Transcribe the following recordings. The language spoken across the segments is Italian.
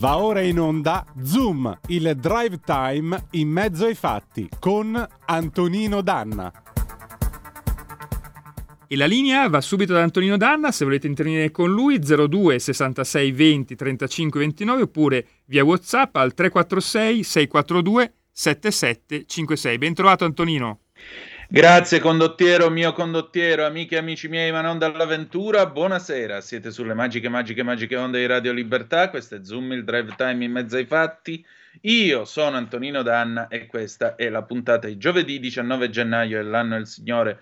Va ora in onda Zoom, il drive time in mezzo ai fatti con Antonino Danna. E la linea va subito da Antonino Danna, se volete intervenire con lui 02 66 20 35 29 oppure via WhatsApp al 346 642 7756. Ben trovato Antonino. Grazie condottiero, mio condottiero, amiche e amici miei, ma non dall'avventura, buonasera, siete sulle magiche onde di Radio Libertà, questo è Zoom, il drive time in mezzo ai fatti, io sono Antonino Danna e questa è la puntata di giovedì 19 gennaio dell'anno del Signore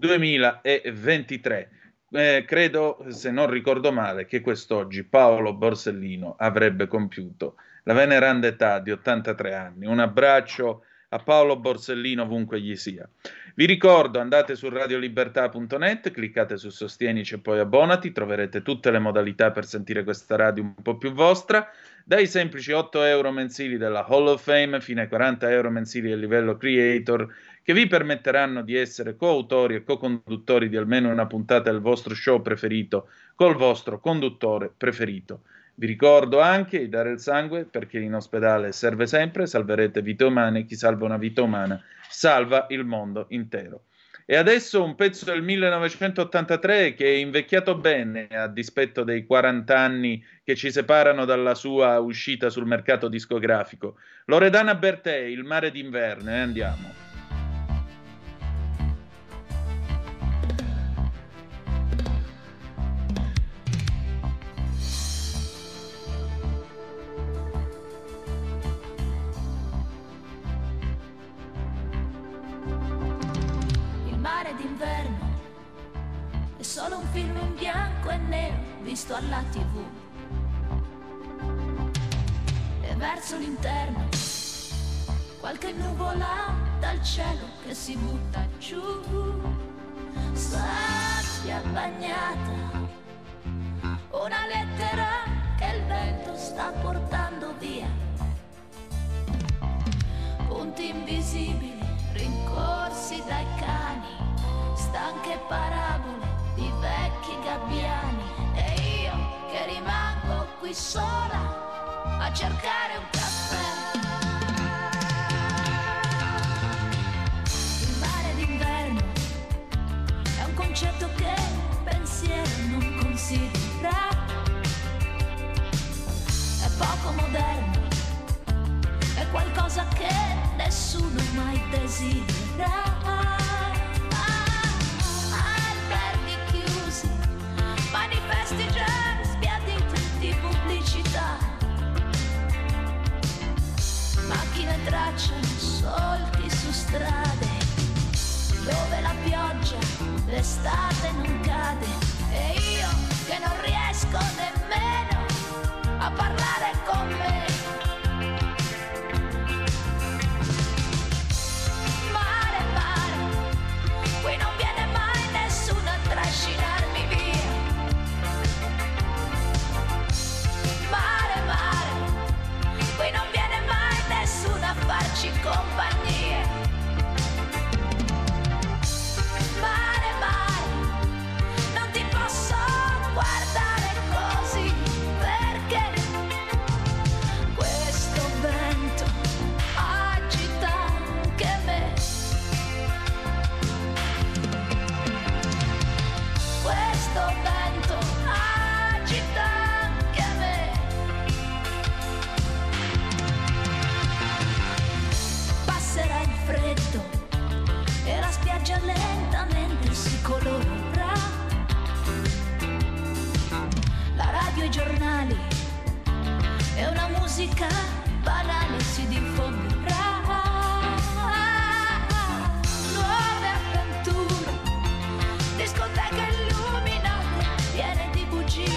2023. Credo, se non ricordo male, che quest'oggi Paolo Borsellino avrebbe compiuto la veneranda età di 83 anni. Un abbraccio a Paolo Borsellino ovunque gli sia. Vi ricordo, andate su radiolibertà.net, cliccate su Sostienici e poi abbonati, troverete tutte le modalità per sentire questa radio un po' più vostra, dai semplici 8 euro mensili della Hall of Fame fino ai 40 euro mensili del livello Creator, che vi permetteranno di essere coautori e co-conduttori di almeno una puntata del vostro show preferito col vostro conduttore preferito. Vi ricordo anche di dare il sangue, perché in ospedale serve sempre, salverete vite umane, chi salva una vita umana salva il mondo intero. E adesso un pezzo del 1983 che è invecchiato bene a dispetto dei 40 anni che ci separano dalla sua uscita sul mercato discografico. Loredana Bertè, Il mare d'inverno, e andiamo. È solo un film in bianco e nero visto alla TV. E verso l'interno qualche nuvola dal cielo che si butta giù. Sabbia bagnata, una lettera che il vento sta portando via. Punti invisibili rincorsi dai cani, stanche parabole di vecchi gabbiani, e io che rimango qui sola a cercare un caffè. Il mare d'inverno è un concetto che pensiero non considera, è poco moderno, è qualcosa che nessuno mai desidera. Manifesti già sbiaditi di pubblicità, macchine tracciano solchi su strade dove la pioggia l'estate non cade, e io che non riesco nemmeno a parlare con me. Mare, mare, qui non viene mai nessuno a trascinarmi via. Mare, mare, qui non viene mai nessuno a farci compagnia. Mare, mare, non ti posso guardare così, perché questo vento agita anche me. Questo vento agita anche me. Passerà il freddo e la spiaggia lentamente si colorerà. La radio e i giornali e una musica banale si diffonderà. Nuove avventure, discoteche illuminate, piene di bugie,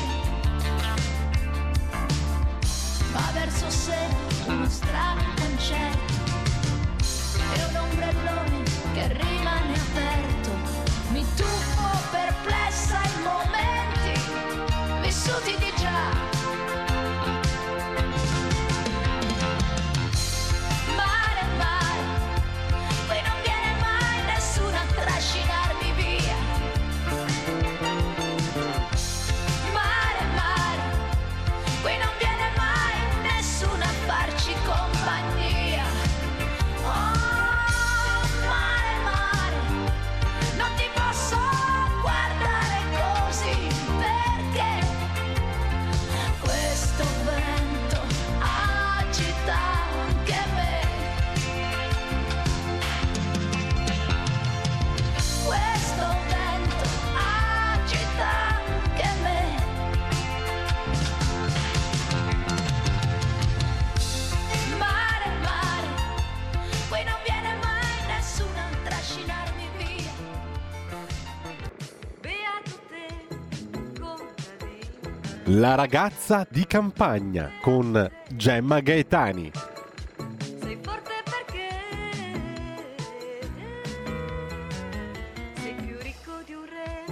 ma verso sera uno strano concerto e un ombrellone che rimane aperto. Mi tuffo perplessa ai momenti vissuti di già. Mare, mare, qui non viene mai nessuno a trascinarmi via. Mare, mare, qui non viene mai nessuno La ragazza di campagna con Gemma Gaetani. Sei forte perché sei più ricco di un re.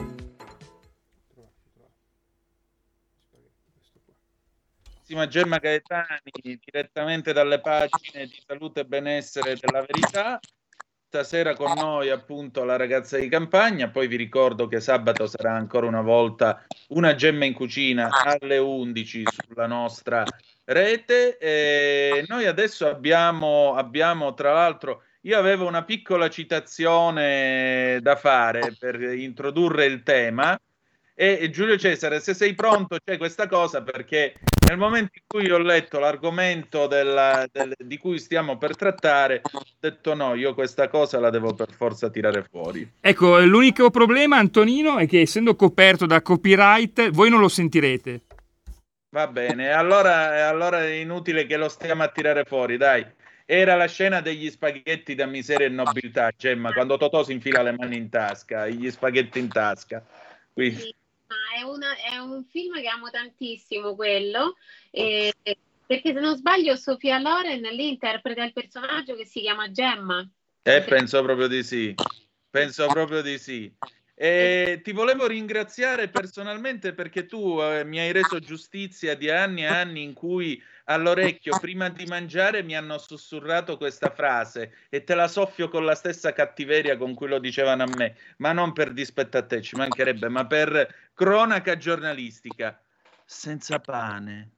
Gemma Gaetani, direttamente dalle pagine di Salute e Benessere della Verità. Stasera con noi appunto la ragazza di campagna, poi vi ricordo che sabato sarà ancora una volta una Gemma in cucina alle 11 sulla nostra rete. E noi adesso abbiamo tra l'altro, io avevo una piccola citazione da fare per introdurre il tema. E Giulio Cesare, se sei pronto, c'è questa cosa, perché nel momento in cui ho letto l'argomento di cui stiamo per trattare, ho detto no, io questa cosa la devo per forza tirare fuori. Ecco, l'unico problema, Antonino, è che essendo coperto da copyright, voi non lo sentirete. Va bene, allora è inutile che lo stiamo a tirare fuori, dai. Era la scena degli spaghetti da miseria e nobiltà, Gemma, quando Totò si infila le mani in tasca, gli spaghetti in tasca. Quindi... Sì, ma è un film che amo tantissimo, quello, perché se non sbaglio Sofia Loren lì interpreta il personaggio che si chiama Gemma. Penso proprio di sì. E ti volevo ringraziare personalmente perché tu mi hai reso giustizia di anni e anni in cui all'orecchio prima di mangiare mi hanno sussurrato questa frase e te la soffio con la stessa cattiveria con cui lo dicevano a me, ma non per dispetto a te, ci mancherebbe, ma per cronaca giornalistica. Senza pane.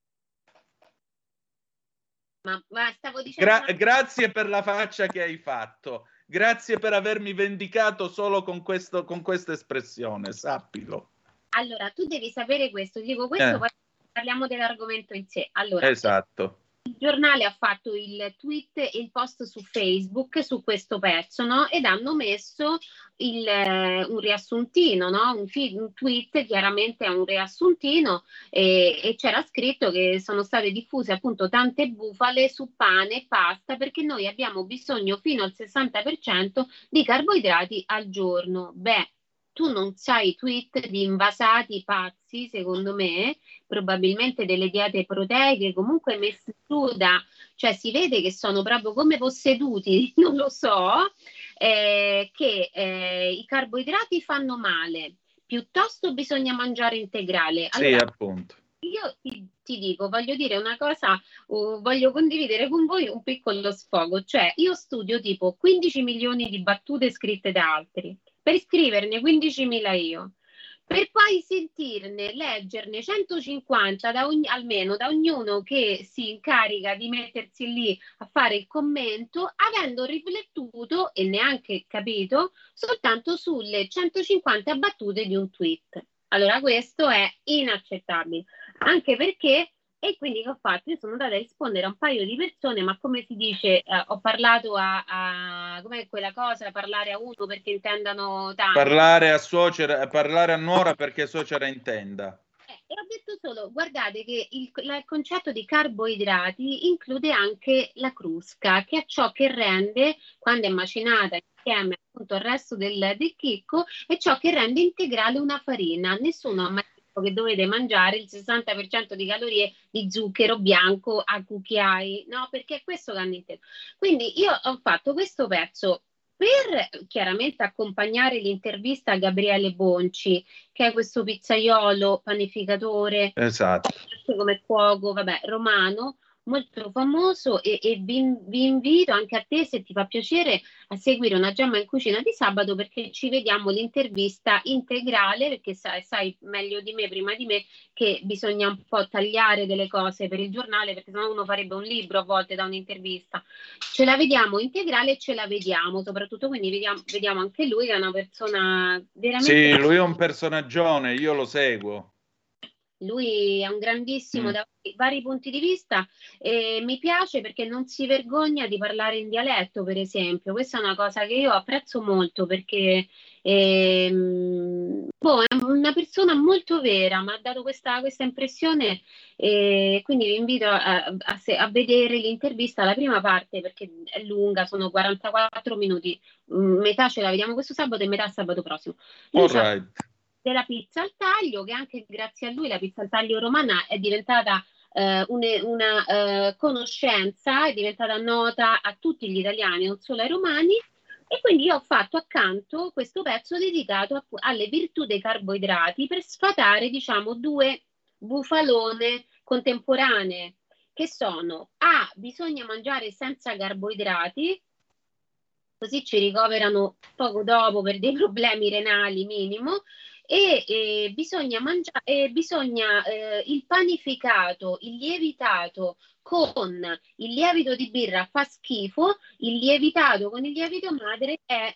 Ma stavo dicendo... Grazie per la faccia che hai fatto. Grazie per avermi vendicato solo con questa espressione, sappilo. Allora, tu devi sapere questo, dico questo, poi parliamo dell'argomento in sé. Allora, esatto. Il giornale ha fatto il tweet e il post su Facebook su questo pezzo, no? Ed hanno messo un riassuntino, no? Un tweet chiaramente è un riassuntino e c'era scritto che sono state diffuse appunto tante bufale su pane e pasta perché noi abbiamo bisogno fino al 60% di carboidrati al giorno. Beh, tu non sai tweet di invasati pazzi, secondo me, probabilmente delle diete proteiche, comunque messi su cioè si vede che sono proprio come posseduti, non lo so, che i carboidrati fanno male, piuttosto bisogna mangiare integrale. Allora, sì, appunto. Io ti dico, voglio dire una cosa, voglio condividere con voi un piccolo sfogo, cioè io studio tipo 15 milioni di battute scritte da altri, per scriverne 15.000 io, per poi leggerne 150 almeno da ognuno che si incarica di mettersi lì a fare il commento, avendo riflettuto e neanche capito soltanto sulle 150 battute di un tweet. Allora questo è inaccettabile, anche perché, e quindi che ho fatto? Io sono andata a rispondere a un paio di persone, ma come si dice, ho parlato com'è quella cosa, parlare a uno perché intendano tanto. Parlare a suocera, parlare a nuora perché suocera intenda. E ho detto solo, guardate che il concetto di carboidrati include anche la crusca, che è ciò che rende, quando è macinata insieme appunto al resto del chicco, è ciò che rende integrale una farina. Nessuno ha mai detto che dovete mangiare il 60% di calorie di zucchero bianco a cucchiai, no? Perché è questo che hanno inteso. Quindi io ho fatto questo pezzo per chiaramente accompagnare l'intervista a Gabriele Bonci, che è questo pizzaiolo, panificatore, esatto, come cuoco, vabbè, romano, molto famoso e vi invito anche a te, se ti fa piacere, a seguire una Gemma in cucina di sabato, perché ci vediamo l'intervista integrale, perché sai meglio di me, prima di me, che bisogna un po' tagliare delle cose per il giornale, perché sennò uno farebbe un libro a volte da un'intervista. Ce la vediamo integrale e ce la vediamo soprattutto, quindi vediamo anche lui che è una persona veramente... Sì, lui è un personaggione, io lo seguo. Lui è un grandissimo da vari punti di vista e mi piace perché non si vergogna di parlare in dialetto, per esempio. Questa è una cosa che io apprezzo molto perché è una persona molto vera, mi ha dato questa impressione e quindi vi invito a vedere l'intervista, la prima parte, perché è lunga, sono 44 minuti, metà ce la vediamo questo sabato e metà sabato prossimo. All right. della pizza al taglio, che anche grazie a lui la pizza al taglio romana è diventata una conoscenza, è diventata nota a tutti gli italiani, non solo ai romani. E quindi io ho fatto accanto questo pezzo dedicato alle virtù dei carboidrati per sfatare, diciamo, due bufalone contemporanee, che sono: A, bisogna mangiare senza carboidrati, così ci ricoverano poco dopo per dei problemi renali minimo, e bisogna mangiare, il panificato, il lievitato con il lievito di birra fa schifo, il lievitato con il lievito madre è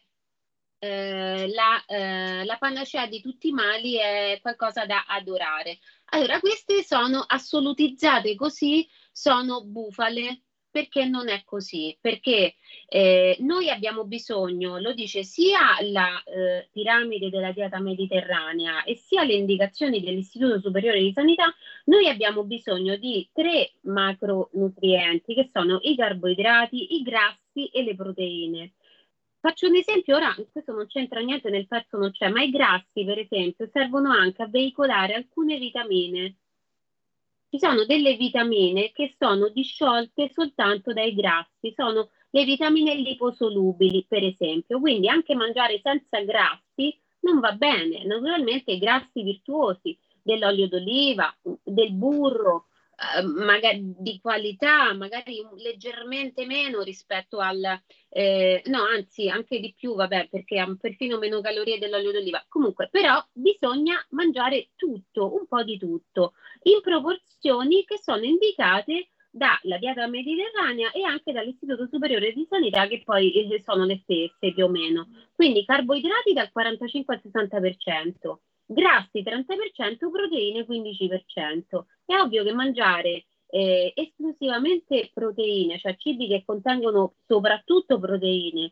la panacea di tutti i mali, è qualcosa da adorare. Allora, queste sono assolutizzate così, sono bufale, perché non è così, perché noi abbiamo bisogno, lo dice sia la piramide della dieta mediterranea e sia le indicazioni dell'Istituto Superiore di Sanità, noi abbiamo bisogno di 3 macronutrienti, che sono i carboidrati, i grassi e le proteine. Faccio un esempio, ora questo non c'entra niente, nel pezzo non c'è, ma i grassi, per esempio, servono anche a veicolare alcune vitamine. Ci sono delle vitamine che sono disciolte soltanto dai grassi, sono le vitamine liposolubili, per esempio. Quindi anche mangiare senza grassi non va bene. Naturalmente i grassi virtuosi dell'olio d'oliva, del burro, magari di qualità, magari leggermente meno rispetto al no, anzi anche di più, vabbè, perché ha perfino meno calorie dell'olio d'oliva. Comunque, però bisogna mangiare tutto, un po' di tutto, in proporzioni che sono indicate dalla dieta mediterranea e anche dall'Istituto Superiore di Sanità, che poi sono le stesse più o meno. Quindi carboidrati dal 45 al 60%, grassi 30%, proteine 15%. È ovvio che mangiare esclusivamente proteine, cioè cibi che contengono soprattutto proteine,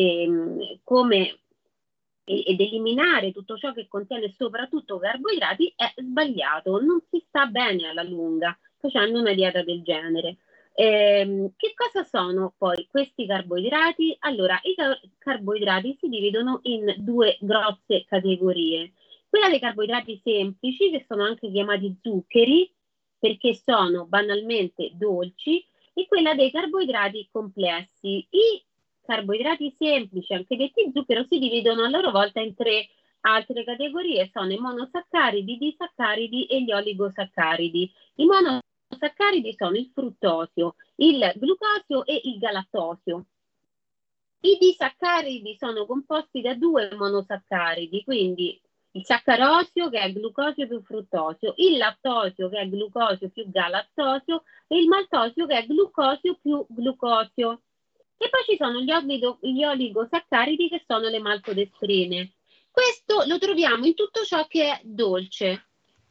come ed eliminare tutto ciò che contiene soprattutto carboidrati, è sbagliato, non si sta bene alla lunga facendo una dieta del genere. Che cosa sono poi questi carboidrati? Allora, i carboidrati si dividono in 2 grosse categorie. Quella dei carboidrati semplici, che sono anche chiamati zuccheri, perché sono banalmente dolci, e quella dei carboidrati complessi. I carboidrati semplici, anche detti zucchero, si dividono a loro volta in 3 altre categorie: sono i monosaccaridi, i disaccaridi e gli oligosaccaridi. I monosaccaridi sono il fruttosio, il glucosio e il galattosio. I disaccaridi sono composti da 2 monosaccaridi, quindi il saccarosio, che è glucosio più fruttosio, il lattosio, che è glucosio più galattosio, e il maltosio, che è glucosio più glucosio. E poi ci sono gli oligosaccaridi, che sono le maltodestrine. Questo lo troviamo in tutto ciò che è dolce.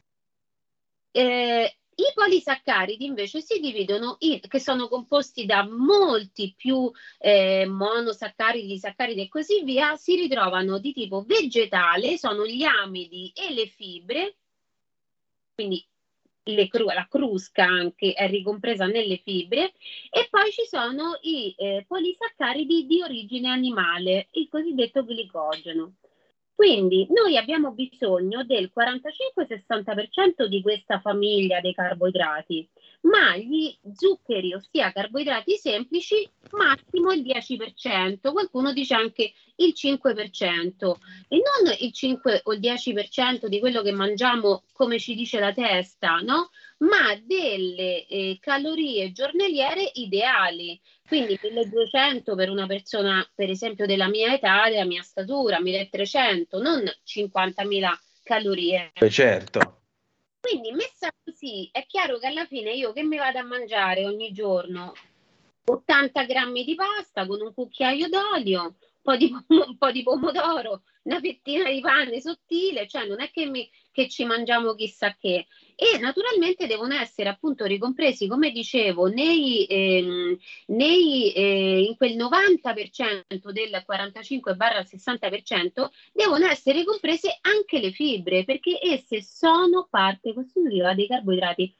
I polisaccaridi invece si dividono che sono composti da molti più monosaccaridi, saccaridi e così via, si ritrovano di tipo vegetale, sono gli amidi e le fibre, quindi la crusca anche è ricompresa nelle fibre, e poi ci sono i polisaccaridi di origine animale, il cosiddetto glicogeno. Quindi noi abbiamo bisogno del 45-60% di questa famiglia dei carboidrati, ma gli zuccheri, ossia carboidrati semplici, massimo il 10%, qualcuno dice anche il 5%, e non il 5 o il 10% di quello che mangiamo come ci dice la testa, no? Ma delle calorie giornaliere ideali. Quindi 1200 per una persona, per esempio, della mia età, della mia statura, 1300, non 50.000 calorie. Certo. Quindi messa così, è chiaro che alla fine io che mi vado a mangiare ogni giorno 80 grammi di pasta con un cucchiaio d'olio, un po' di pomodoro, una fettina di pane sottile, cioè non è che ci mangiamo chissà che. E naturalmente devono essere appunto ricompresi, come dicevo, in quel 90% del 45-60% devono essere ricomprese anche le fibre, perché esse sono parte costitutiva dei carboidrati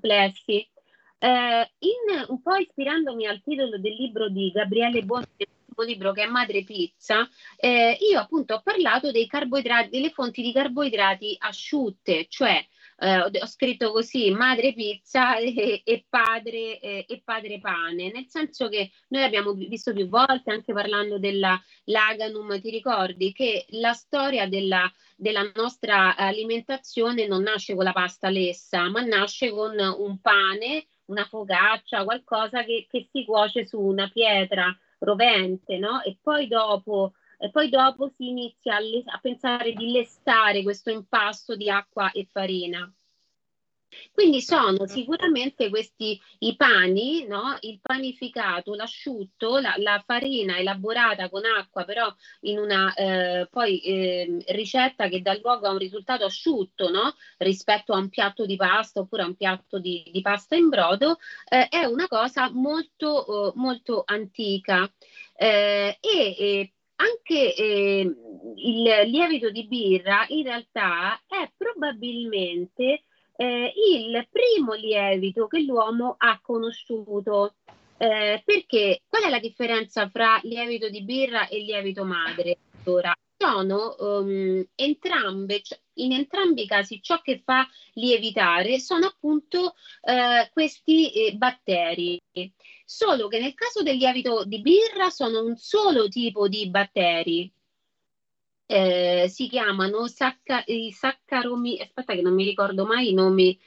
complessi. Un po' ispirandomi al titolo del libro di Gabriele Boschi, libro che è Madre Pizza, io appunto ho parlato dei carboidrati, delle fonti di carboidrati asciutte, cioè ho scritto così madre pizza e padre pane, nel senso che noi abbiamo visto più volte, anche parlando della Laganum, ti ricordi che la storia della nostra alimentazione non nasce con la pasta lessa, ma nasce con un pane, una focaccia, qualcosa che si cuoce su una pietra rovente, no? E poi dopo si inizia a pensare di lessare questo impasto di acqua e farina. Quindi sono sicuramente questi i pani, no? Il panificato, l'asciutto, la farina elaborata con acqua, però in una ricetta che dà luogo a un risultato asciutto, no? Rispetto a un piatto di pasta oppure a un piatto di pasta in brodo, è una cosa molto, molto antica. Anche il lievito di birra in realtà è probabilmente il primo lievito che l'uomo ha conosciuto. Perché qual è la differenza fra lievito di birra e lievito madre? Allora, sono in entrambi i casi ciò che fa lievitare sono appunto questi batteri. Solo che nel caso del lievito di birra sono un solo tipo di batteri. Si chiamano i saccaromi, aspetta che non mi ricordo mai i nomi,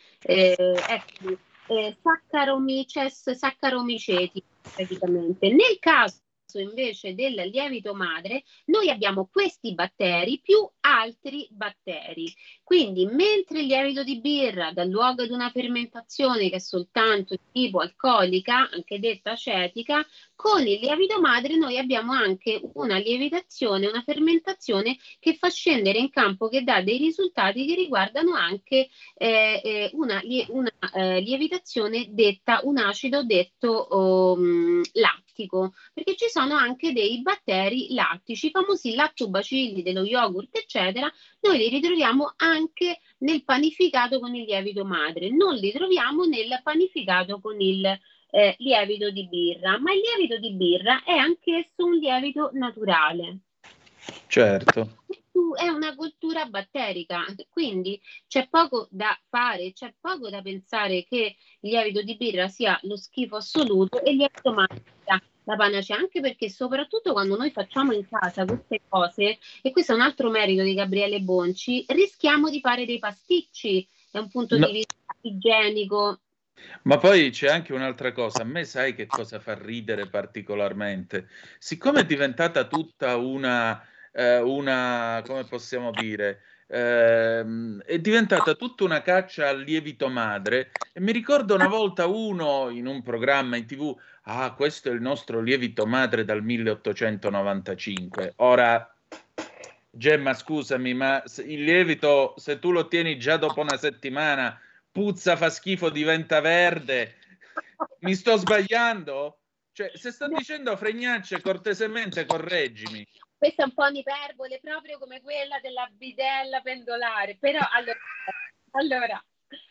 Saccharomyces saccharomyceti praticamente. Nel caso invece del lievito madre, noi abbiamo questi batteri più altri batteri. Quindi, mentre il lievito di birra dà luogo ad una fermentazione che è soltanto di tipo alcolica, anche detta acetica, con il lievito madre noi abbiamo anche una lievitazione, una fermentazione che fa scendere in campo, che dà dei risultati che riguardano anche una lievitazione detta, un acido detto lattico, perché ci sono anche dei batteri lattici, i famosi lattobacilli dello yogurt, eccetera, noi li ritroviamo anche nel panificato con il lievito madre, non li troviamo nel panificato con il lievito di birra, ma il lievito di birra è anch'esso un lievito naturale. Certo. È una cultura batterica, quindi c'è poco da fare, c'è poco da pensare che il lievito di birra sia lo schifo assoluto e il lievito madre sia la panacea, anche perché soprattutto quando noi facciamo in casa queste cose, e questo è un altro merito di Gabriele Bonci, rischiamo di fare dei pasticci da un punto di vista igienico. Ma poi c'è anche un'altra cosa, a me sai che cosa fa ridere particolarmente? Siccome è diventata tutta una come possiamo dire, è diventata tutta una caccia al lievito madre, e mi ricordo una volta uno in un programma in TV, questo è il nostro lievito madre dal 1895. Ora, Gemma, scusami, ma il lievito, se tu lo ottieni già dopo una settimana, puzza, fa schifo, diventa verde. Mi sto sbagliando? Cioè, se sto dicendo fregnacce, cortesemente correggimi. Questa è un po' un'iperbole, proprio come quella della bidella pendolare, però allora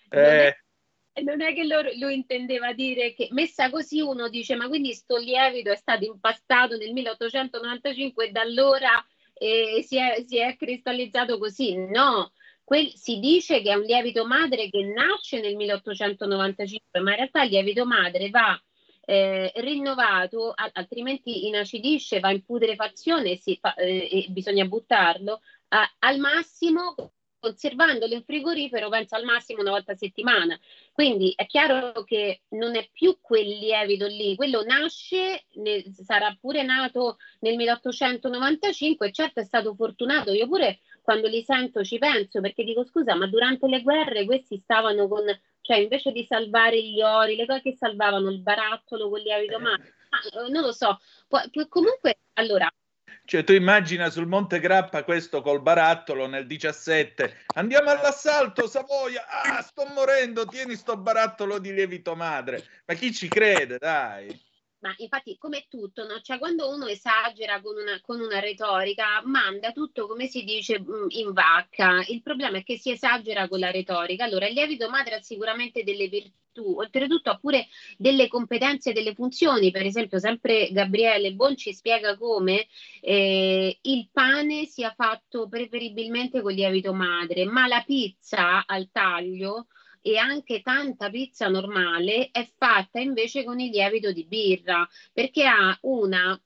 non è che lo intendeva dire, che messa così uno dice, ma quindi sto lievito è stato impastato nel 1895 e da allora si è cristallizzato così? No, si dice che è un lievito madre che nasce nel 1895, ma in realtà il lievito madre va rinnovato, altrimenti inacidisce, va in putrefazione e bisogna buttarlo al massimo, conservandolo in frigorifero, penso al massimo una volta a settimana. Quindi è chiaro che non è più quel lievito lì, quello nasce, sarà pure nato nel 1895, certo è stato fortunato, io pure quando li sento ci penso, perché dico scusa, ma durante le guerre questi stavano con, cioè invece di salvare gli ori, le cose che salvavano il barattolo con lievito madre, non lo so, comunque allora. Cioè, tu immagina sul Monte Grappa questo col barattolo nel 17, andiamo all'assalto Savoia, sto morendo, tieni sto barattolo di lievito madre, ma chi ci crede, dai? Ma infatti, come tutto, no? Cioè, quando uno esagera con una retorica, manda tutto, come si dice, in vacca. Il problema è che si esagera con la retorica. Allora, il lievito madre ha sicuramente delle virtù, oltretutto ha pure delle competenze, delle funzioni. Per esempio, sempre Gabriele Bonci spiega come il pane sia fatto preferibilmente con lievito madre, ma la pizza al taglio e anche tanta pizza normale è fatta invece con il lievito di birra, perché ha una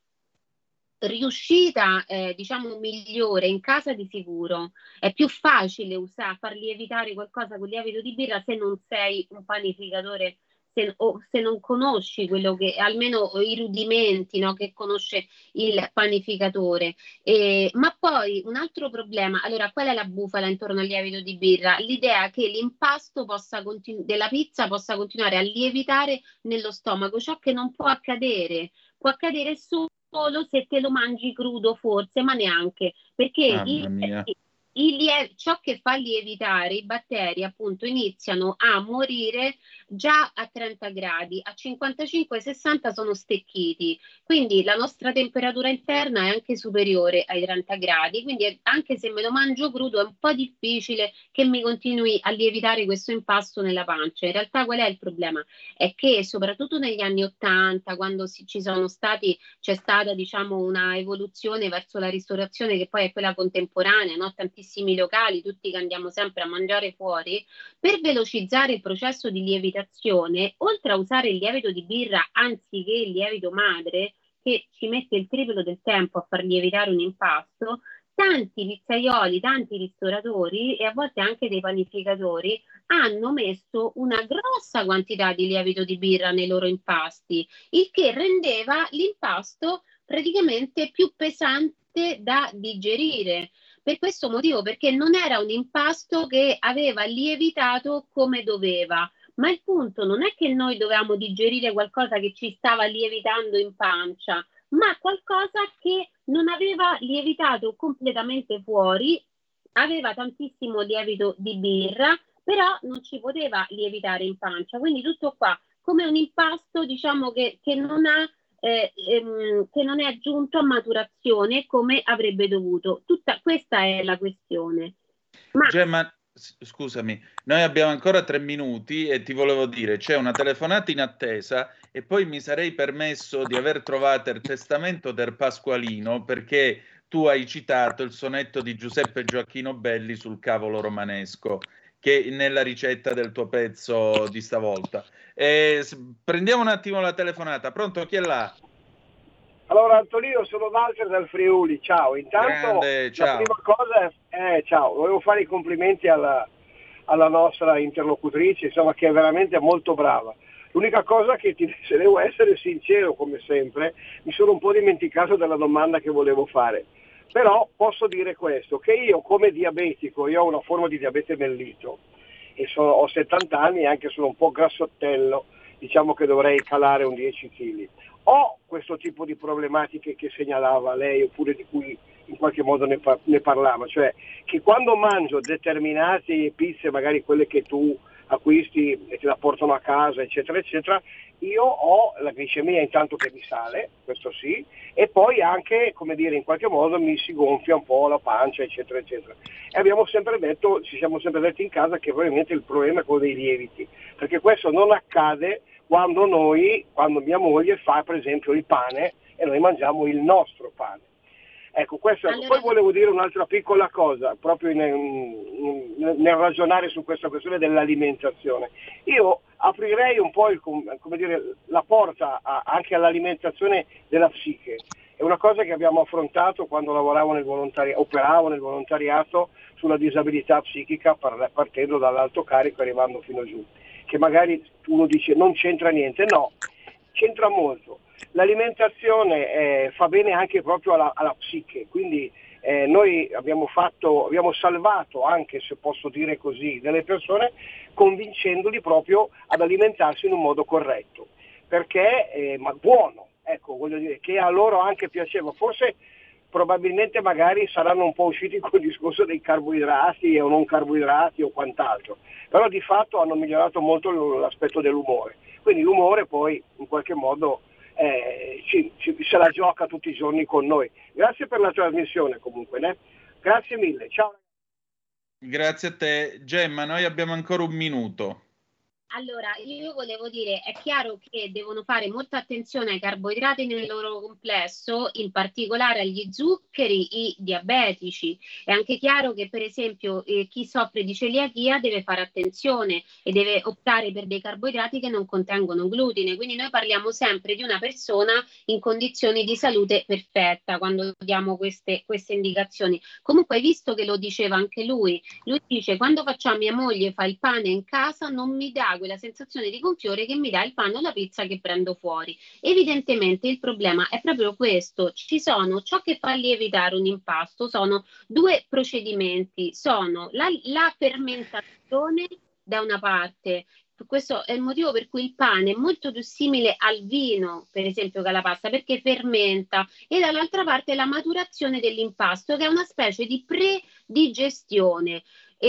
riuscita diciamo migliore in casa di sicuro. È più facile far lievitare qualcosa con lievito di birra se non sei un panificatore, o se non conosci quello che, almeno i rudimenti, no, che conosce il panificatore. Ma poi un altro problema, allora qual è la bufala intorno al lievito di birra? L'idea che l'impasto della pizza possa continuare a lievitare nello stomaco, ciò che non può accadere. Può accadere solo se te lo mangi crudo, forse, ma neanche, perché Mamma mia. ciò che fa lievitare i batteri appunto iniziano a morire già a 30 gradi, a 55-60 sono stecchiti, quindi la nostra temperatura interna è anche superiore ai 30 gradi, quindi anche se me lo mangio crudo è un po' difficile che mi continui a lievitare questo impasto nella pancia. In realtà qual è il problema? È che soprattutto negli anni 80, quando c'è stata diciamo una evoluzione verso la ristorazione che poi è quella contemporanea, no? Tantissimi locali, tutti che andiamo sempre a mangiare fuori, per velocizzare il processo di lievitazione, oltre a usare il lievito di birra anziché il lievito madre, che ci mette il triplo del tempo a far lievitare un impasto, tanti pizzaioli, tanti ristoratori e a volte anche dei panificatori hanno messo una grossa quantità di lievito di birra nei loro impasti, il che rendeva l'impasto praticamente più pesante da digerire. Per questo motivo, perché non era un impasto che aveva lievitato come doveva. Ma il punto non è che noi dovevamo digerire qualcosa che ci stava lievitando in pancia, ma qualcosa che non aveva lievitato completamente fuori, aveva tantissimo lievito di birra, però non ci poteva lievitare in pancia. Quindi tutto qua, come un impasto, diciamo che non ha che non è giunto a maturazione come avrebbe dovuto. Tutta questa è la questione. Gemma, scusami, noi abbiamo ancora 3 minuti e ti volevo dire, c'è una telefonata in attesa e poi mi sarei permesso di aver trovato il testamento del Pasqualino perché tu hai citato il sonetto di Giuseppe Gioacchino Belli sul cavolo romanesco, che nella ricetta del tuo pezzo di stavolta. Prendiamo un attimo la telefonata. Pronto, chi è là? Allora Antonino, sono Walter dal Friuli, ciao. Intanto Grande, ciao. La prima cosa ciao, volevo fare i complimenti alla nostra interlocutrice, insomma, che è veramente molto brava. L'unica cosa che se devo essere sincero, come sempre, mi sono un po' dimenticato della domanda che volevo fare. Però posso dire questo, che io come diabetico, io ho una forma di diabete mellito e ho 70 anni e anche sono un po' grassottello, diciamo che dovrei calare un 10 kg. Ho questo tipo di problematiche che segnalava lei oppure di cui in qualche modo ne parlava, cioè che quando mangio determinate pizze, magari quelle che tu acquisti e te la portano a casa, eccetera, eccetera, io ho la glicemia intanto che mi sale, questo sì, e poi anche, come dire, in qualche modo mi si gonfia un po' la pancia, eccetera, eccetera. E ci siamo sempre detti in casa che probabilmente il problema è quello dei lieviti, perché questo non accade quando mia moglie fa per esempio il pane e noi mangiamo il nostro pane. Ecco, questo. Allora... Poi volevo dire un'altra piccola cosa, proprio nel ragionare su questa questione dell'alimentazione. Io aprirei un po' la porta anche all'alimentazione della psiche. È una cosa che abbiamo affrontato quando operavo nel volontariato sulla disabilità psichica, partendo dall'alto carico e arrivando fino giù. Che magari uno dice non c'entra niente, no, c'entra molto. L'alimentazione fa bene anche proprio alla psiche, quindi noi abbiamo salvato, anche se posso dire così, delle persone convincendoli proprio ad alimentarsi in un modo corretto, perché ma buono, ecco, voglio dire, che a loro anche piaceva. Forse probabilmente magari saranno un po' usciti con il discorso dei carboidrati o non carboidrati o quant'altro, però di fatto hanno migliorato molto l'aspetto dell'umore. Quindi l'umore poi in qualche modo se la gioca tutti i giorni con noi. Grazie per la trasmissione comunque, né? Grazie mille, ciao. Grazie a te. Gemma, noi abbiamo ancora un minuto. Allora, io volevo dire, è chiaro che devono fare molta attenzione ai carboidrati nel loro complesso, in particolare agli zuccheri, i diabetici. È anche chiaro che, per esempio, chi soffre di celiachia deve fare attenzione e deve optare per dei carboidrati che non contengono glutine. Quindi noi parliamo sempre di una persona in condizioni di salute perfetta quando diamo queste indicazioni. Comunque, visto che lo diceva anche lui dice: quando faccio mia moglie fa il pane in casa non mi dà quella sensazione di gonfiore che mi dà il pane o la pizza che prendo fuori. Evidentemente il problema è proprio questo. Ciò che fa lievitare un impasto sono due procedimenti, sono la fermentazione da una parte. Questo è il motivo per cui il pane è molto più simile al vino, per esempio, che alla pasta, perché fermenta, e dall'altra parte la maturazione dell'impasto, che è una specie di predigestione.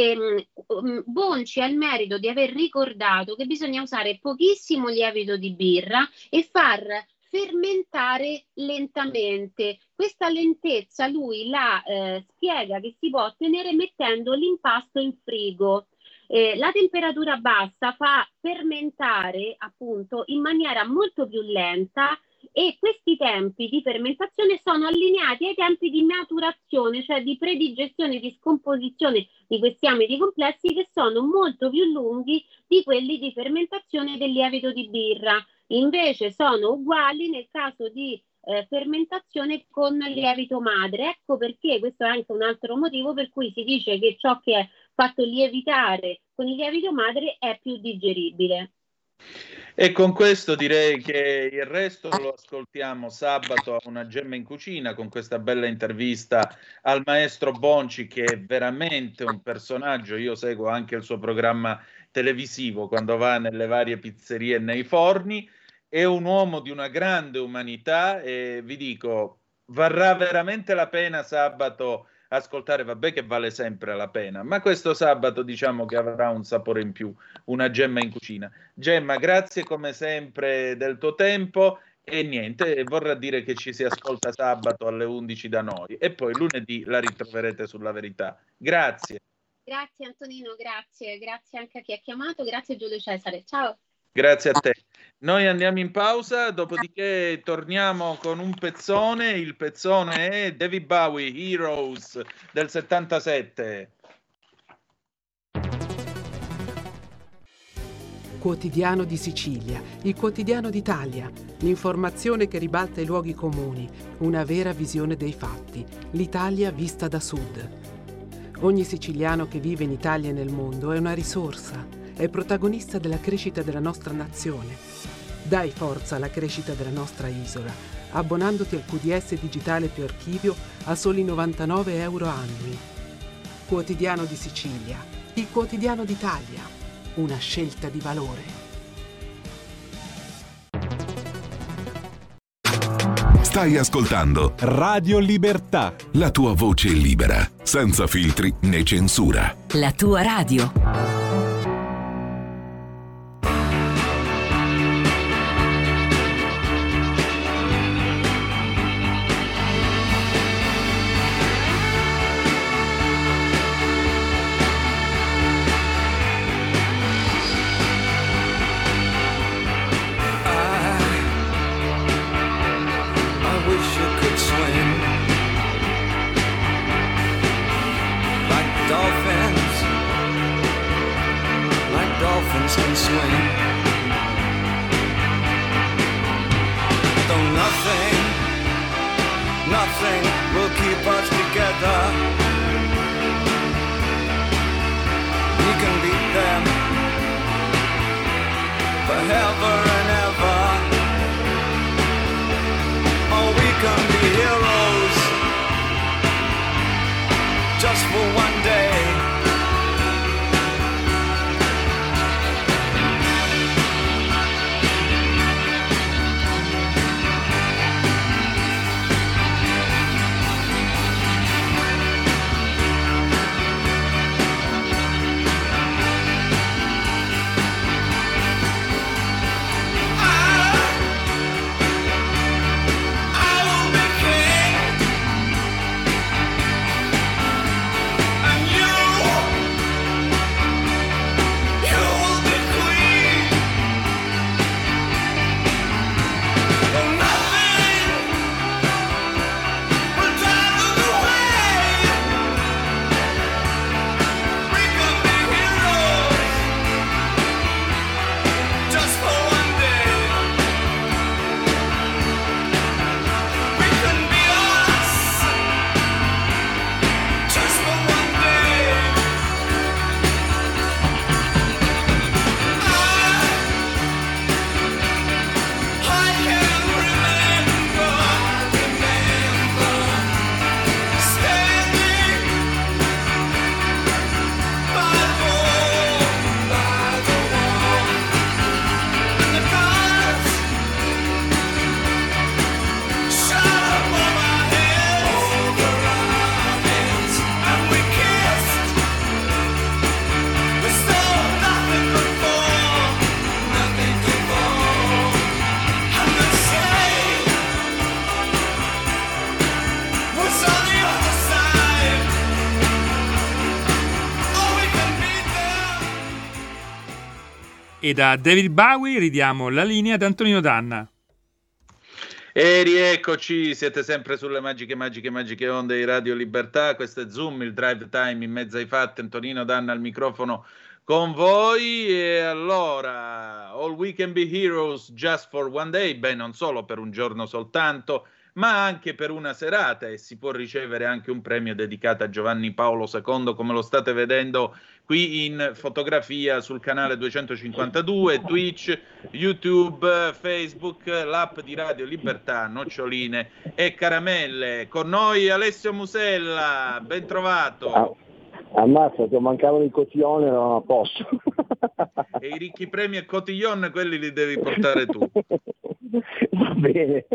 Bonci ha il merito di aver ricordato che bisogna usare pochissimo lievito di birra e far fermentare lentamente. Questa lentezza lui la spiega che si può ottenere mettendo l'impasto in frigo. La temperatura bassa fa fermentare appunto in maniera molto più lenta, e questi tempi di fermentazione sono allineati ai tempi di maturazione, cioè di predigestione e di scomposizione di questi amidi complessi, che sono molto più lunghi di quelli di fermentazione del lievito di birra. Invece sono uguali nel caso di fermentazione con lievito madre. Ecco perché questo è anche un altro motivo per cui si dice che ciò che è fatto lievitare con il lievito madre è più digeribile. E con questo direi che il resto lo ascoltiamo sabato a Una Gemma in Cucina, con questa bella intervista al maestro Bonci, che è veramente un personaggio. Io seguo anche il suo programma televisivo quando va nelle varie pizzerie e nei forni. È un uomo di una grande umanità e vi dico, varrà veramente la pena sabato ascoltare, vabbè che vale sempre la pena, ma questo sabato diciamo che avrà un sapore in più, Una Gemma in Cucina. Gemma, grazie come sempre del tuo tempo e niente, vorrà dire che ci si ascolta sabato alle 11 da noi e poi lunedì la ritroverete sulla Verità. Grazie. Grazie Antonino, grazie anche a chi ha chiamato, grazie Giulio Cesare, ciao. Grazie a te. Noi andiamo in pausa, dopodiché torniamo con un pezzone. Il pezzone è David Bowie, Heroes del 77. Quotidiano di Sicilia, il quotidiano d'Italia, l'informazione che ribalta i luoghi comuni, una vera visione dei fatti, l'Italia vista da sud. Ogni siciliano che vive in Italia e nel mondo è una risorsa. È protagonista della crescita della nostra nazione. Dai forza alla crescita della nostra isola, abbonandoti al QDS digitale più archivio a soli 99 euro annui. Quotidiano di Sicilia, il quotidiano d'Italia, una scelta di valore. Stai ascoltando Radio Libertà, la tua voce libera, senza filtri né censura. La tua radio. E da David Bowie ridiamo la linea ad Antonino Danna. E rieccoci, siete sempre sulle magiche onde di Radio Libertà. Questo è Zoom, il drive time in mezzo ai fatti. Antonino Danna al microfono con voi. E allora, all we can be heroes just for one day. Beh, non solo per un giorno soltanto, ma anche per una serata, e si può ricevere anche un premio dedicato a Giovanni Paolo II, come lo state vedendo qui in fotografia sul canale 252, Twitch, YouTube, Facebook, l'app di Radio Libertà, noccioline e caramelle. Con noi Alessio Musella, ben trovato. Ammazza, ti mancavano il cotillon, non a posto. E i ricchi premi e cotillon, quelli li devi portare tu. Va bene.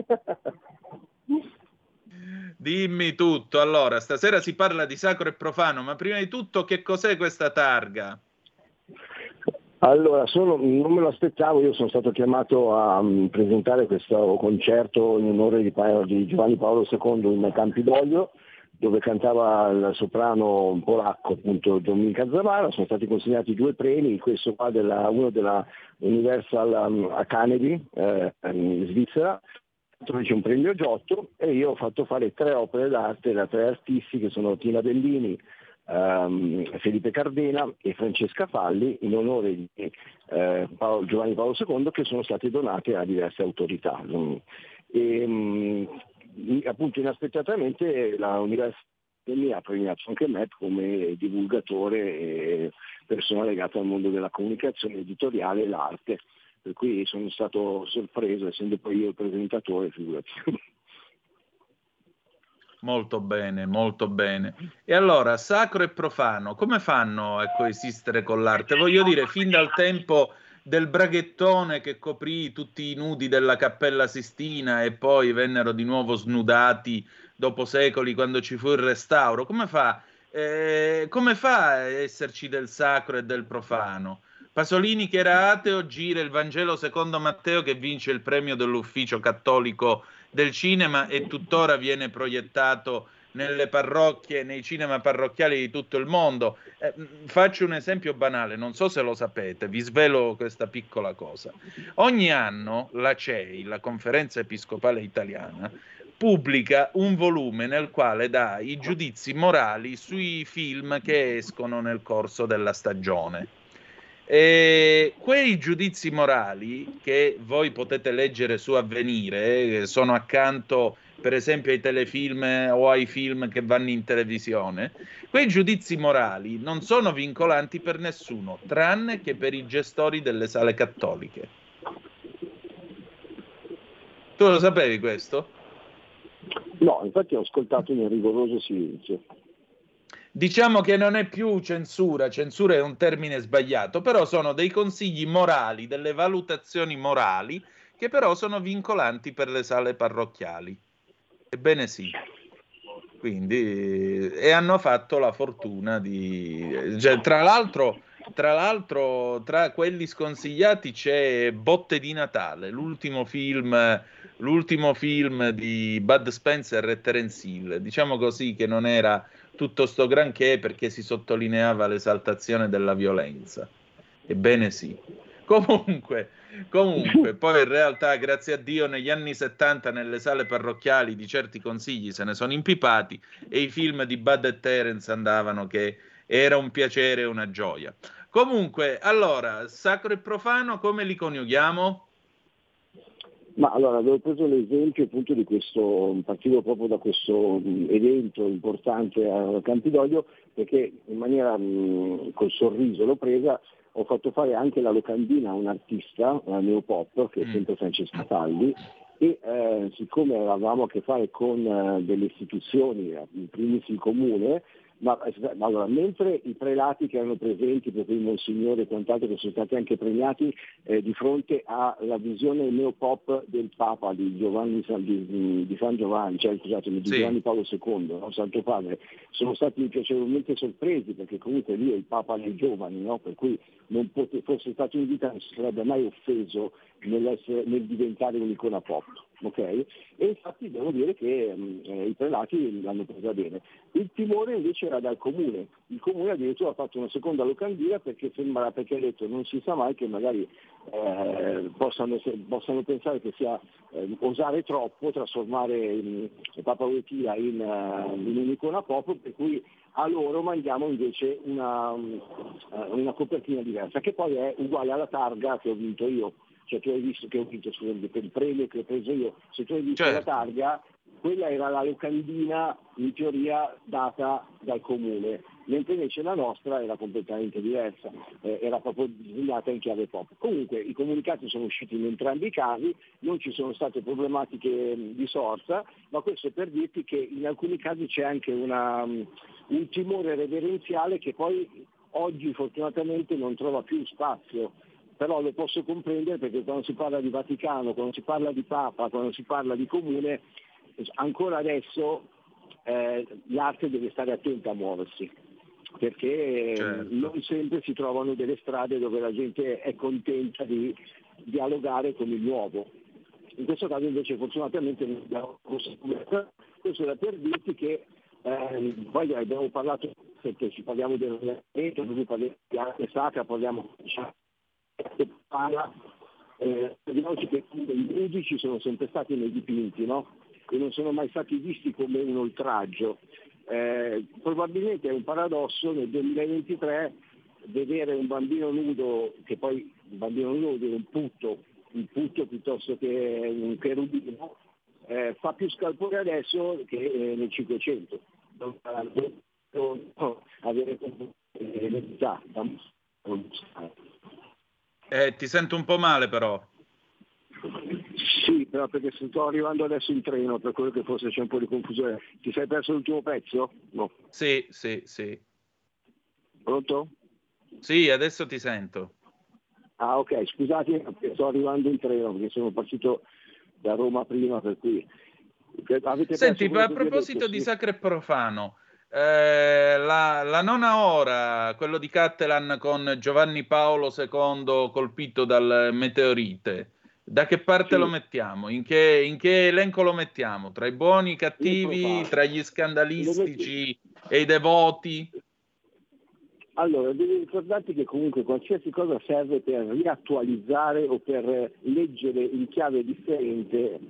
Dimmi tutto. Allora, stasera si parla di sacro e profano, ma prima di tutto che cos'è questa targa? Allora, non me lo aspettavo, io sono stato chiamato a presentare questo concerto in onore di Giovanni Paolo II in Campidoglio, dove cantava il soprano polacco, appunto Dominika Zavara. Sono stati consegnati 2 premi, questo qua uno della Universal Academy in Svizzera, dove c'è un premio Giotto, e io ho fatto fare 3 opere d'arte da 3 artisti che sono Tina Bellini, Felipe Cardena e Francesca Falli, in onore di Giovanni Paolo II, che sono state donate a diverse autorità. Appunto inaspettatamente la Università mi ha premiato anche me come divulgatore e persona legata al mondo della comunicazione editoriale e l'arte, per cui sono stato sorpreso, essendo poi io il presentatore, figurati. Molto bene, molto bene. E allora, sacro e profano, come fanno a coesistere con l'arte? Voglio dire, fin dal tempo del braghettone che coprì tutti i nudi della Cappella Sistina e poi vennero di nuovo snudati dopo secoli quando ci fu il restauro, come fa a esserci del sacro e del profano? Pasolini, che era ateo, gira il Vangelo secondo Matteo, che vince il premio dell'Ufficio Cattolico del Cinema e tuttora viene proiettato nelle parrocchie, nei cinema parrocchiali di tutto il mondo. Faccio un esempio banale, non so se lo sapete, vi svelo questa piccola cosa. Ogni anno la CEI, la Conferenza Episcopale Italiana, pubblica un volume nel quale dà i giudizi morali sui film che escono nel corso della stagione. E quei giudizi morali che voi potete leggere su Avvenire, sono accanto per esempio ai telefilm o ai film che vanno in televisione, quei giudizi morali non sono vincolanti per nessuno, tranne che per i gestori delle sale cattoliche. Tu lo sapevi questo? No, infatti ho ascoltato in rigoroso silenzio. Diciamo che non è più censura è un termine sbagliato, però sono dei consigli morali, delle valutazioni morali, che però sono vincolanti per le sale parrocchiali. Ebbene sì. Quindi, e hanno fatto la fortuna cioè, tra l'altro, tra quelli sconsigliati c'è Botte di Natale, l'ultimo film di Bud Spencer e Terence Hill, diciamo così, che non era tutto sto granché perché si sottolineava l'esaltazione della violenza. Ebbene sì. Comunque, poi in realtà, grazie a Dio, negli anni 70 nelle sale parrocchiali di certi consigli se ne sono impipati e i film di Bud e Terence andavano, che era un piacere e una gioia. Comunque, allora, sacro e profano, come li coniughiamo? Ma allora, avevo preso l'esempio appunto di questo, partivo proprio da questo evento importante a Campidoglio, perché in maniera col sorriso l'ho presa, ho fatto fare anche la locandina a un artista, una neopop, che è sempre Francesca Falli, e siccome avevamo a che fare con delle istituzioni, in primis il comune, ma allora, mentre i prelati che erano presenti, per cui il Monsignore e quant'altro, che sono stati anche premiati di fronte alla visione neopop del Papa di San Giovanni, cioè scusatemi, di Giovanni Paolo II, no? Santo Padre, sono stati piacevolmente sorpresi, perché comunque lì è il Papa dei giovani, no? Per cui non fosse stato in vita non si sarebbe mai offeso nel diventare un'icona pop. ok? E infatti devo dire che i prelati l'hanno presa bene. Il timore invece era dal comune. Il comune addirittura ha fatto una seconda locandina perché ha detto non si sa mai che magari possano pensare che sia osare troppo trasformare Papa Wojtyła in un'icona pop, per cui a loro mandiamo invece una copertina diversa, che poi è uguale alla targa che ho vinto io. Cioè tu hai visto che ho vinto per il premio che ho preso io, se tu hai visto la targa, quella era la locandina in teoria data dal comune, mentre invece la nostra era completamente diversa, era proprio disegnata in chiave pop. Comunque i comunicati sono usciti in entrambi i casi, non ci sono state problematiche di sorta, ma questo è per dirti che in alcuni casi c'è anche un timore reverenziale che poi oggi fortunatamente non trova più spazio. Però lo posso comprendere perché quando si parla di Vaticano, quando si parla di Papa, quando si parla di comune, ancora adesso l'arte deve stare attenta a muoversi, perché non sempre si trovano delle strade dove la gente è contenta di dialogare con il nuovo. In questo caso invece fortunatamente non abbiamo costruito. Questo era per dirti che poi abbiamo parlato, perché ci parliamo dell'ordinamento, parliamo di arte sacra, parliamo vediamoci che i giudici sono sempre stati nei dipinti, no? E non sono mai stati visti come un oltraggio. Probabilmente è un paradosso nel 2023 vedere un bambino nudo, che poi un bambino nudo è un putto piuttosto che un cherubino, fa più scalpore adesso che nel 500. Avere l'eredità. Ti sento un po' male però. Sì, però perché sto arrivando adesso in treno, per quello che forse c'è un po' di confusione. Ti sei perso l'ultimo pezzo? No. Sì. Pronto? Sì, adesso ti sento. Ah, ok, scusate, sto arrivando in treno perché sono partito da Roma prima, per cui... Senti, a proposito di sacro e profano, la nona ora, quello di Cattelan con Giovanni Paolo II colpito dal meteorite, da che parte lo mettiamo? In che elenco lo mettiamo? Tra i buoni, i cattivi, tra gli scandalistici e i devoti? Allora, devi ricordarti che comunque qualsiasi cosa serve per riattualizzare o per leggere in chiave differente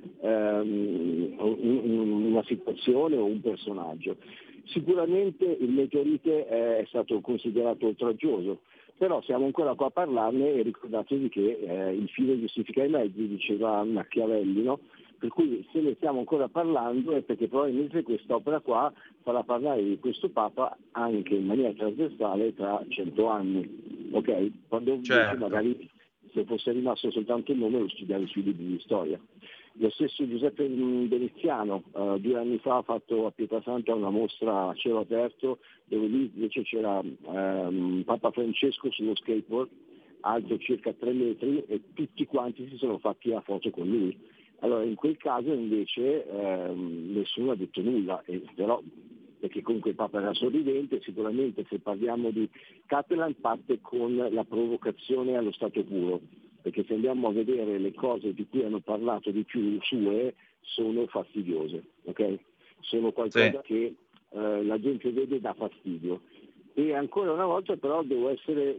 una situazione o un personaggio. Sicuramente il meteorite è stato considerato oltraggioso, però siamo ancora qua a parlarne e ricordatevi che il fine giustifica i mezzi, diceva Machiavelli, no? Per cui se ne stiamo ancora parlando è perché probabilmente quest'opera qua farà parlare di questo Papa anche in maniera trasversale tra 100 anni, ok? Quando invece magari se fosse rimasto soltanto il nome lo studiare sui libri di storia. Lo stesso Giuseppe Veneziano 2 anni fa ha fatto a Pietrasanta una mostra a cielo aperto dove lì invece c'era Papa Francesco sullo skateboard, alto circa 3 metri, e tutti quanti si sono fatti la foto con lui. Allora in quel caso invece nessuno ha detto nulla, però perché comunque il Papa era sorridente. Sicuramente se parliamo di Cattelan parte con la provocazione allo stato puro, perché se andiamo a vedere le cose di cui hanno parlato di più sue sono fastidiose, ok? Sono qualcosa che la gente vede e dà fastidio. E ancora una volta però devo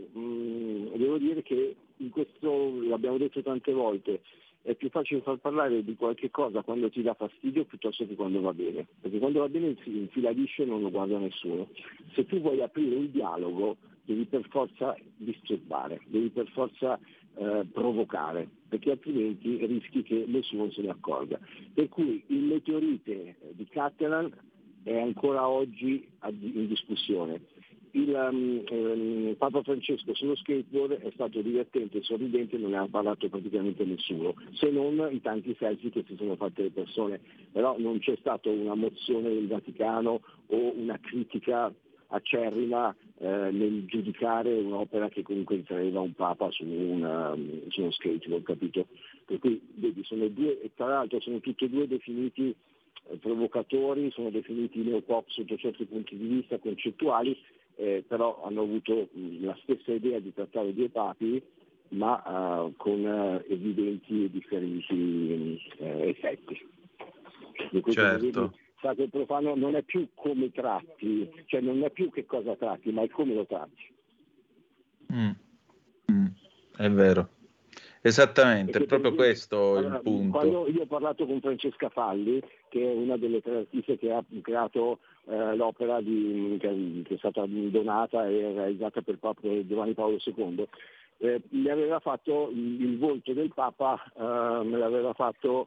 dire che in questo, l'abbiamo detto tante volte, è più facile far parlare di qualche cosa quando ti dà fastidio piuttosto che quando va bene, perché quando va bene si infila liscio e non lo guarda nessuno. Se tu vuoi aprire un dialogo devi per forza disturbare, devi per forza provocare, perché altrimenti rischi che nessuno se ne accorga. Per cui il meteorite di Cattelan è ancora oggi in discussione. Il Papa Francesco sullo skateboard è stato divertente e sorridente, non ne ha parlato praticamente nessuno, se non i tanti selfie che si sono fatte le persone, però non c'è stata una mozione del Vaticano o una critica acerrima nel giudicare un'opera che comunque ritraeva un Papa su uno skateboard, capito? Per cui vedi, sono due, e tra l'altro sono tutti e due definiti provocatori, sono definiti neopop sotto certi punti di vista concettuali, però hanno avuto la stessa idea di trattare due papi ma con evidenti e differenti effetti. Certo. Sacro e profano non è più come tratti, cioè non è più che cosa tratti, ma è come lo tratti. È vero. Esattamente, è proprio esempio, questo il punto. Quando io ho parlato con Francesca Falli, che è una delle tre artiste che ha creato l'opera che è stata donata e realizzata per Papa Giovanni Paolo II, mi aveva fatto il volto del Papa, me l'aveva fatto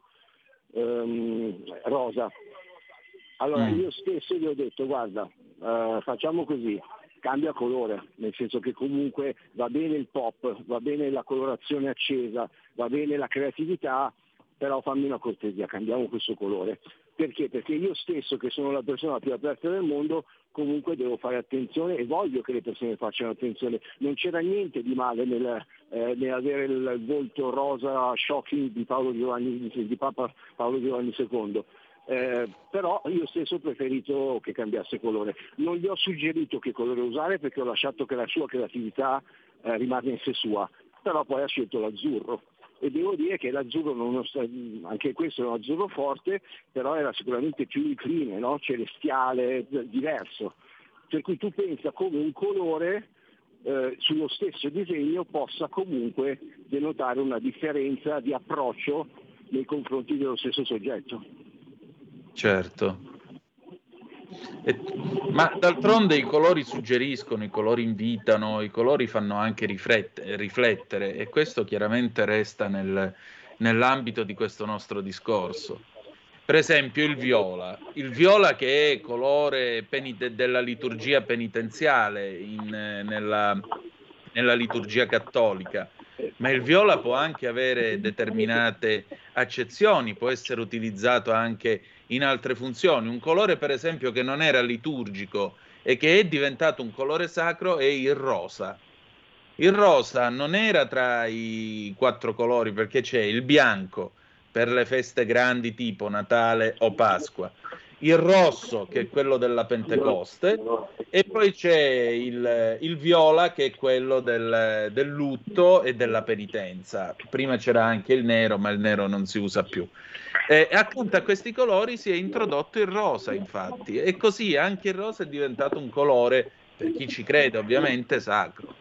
rosa. Allora io stesso gli ho detto: guarda, facciamo così, cambia colore, nel senso che comunque va bene il pop, va bene la colorazione accesa, va bene la creatività, però fammi una cortesia, cambiamo questo colore. Perché? Perché io stesso, che sono la persona più aperta del mondo, comunque devo fare attenzione e voglio che le persone facciano attenzione. Non c'era niente di male nell'avere il volto rosa shocking di Papa Paolo Giovanni II. Però io stesso ho preferito che cambiasse colore. Non gli ho suggerito che colore usare, perché ho lasciato che la sua creatività rimanesse sua, però poi ha scelto l'azzurro. E devo dire che l'azzurro, anche questo è un azzurro forte, però era sicuramente più incline, no? Celestiale, diverso. Per cui tu pensa come un colore sullo stesso disegno possa comunque denotare una differenza di approccio nei confronti dello stesso soggetto. Certo. Ma d'altronde i colori suggeriscono, i colori invitano, i colori fanno anche riflettere, e questo chiaramente resta nell'ambito di questo nostro discorso. Per esempio il viola che è colore della liturgia penitenziale nella liturgia cattolica, ma il viola può anche avere determinate accezioni, può essere utilizzato anche in altre funzioni. Un colore, per esempio, che non era liturgico e che è diventato un colore sacro è il rosa. Il rosa non era tra i 4 colori, perché c'è il bianco per le feste grandi tipo Natale o Pasqua, il rosso che è quello della Pentecoste, e poi c'è il viola che è quello del lutto e della penitenza. Prima c'era anche il nero, ma il nero non si usa più. Accanto a questi colori si è introdotto il rosa, infatti, e così anche il rosa è diventato un colore, per chi ci crede ovviamente, sacro.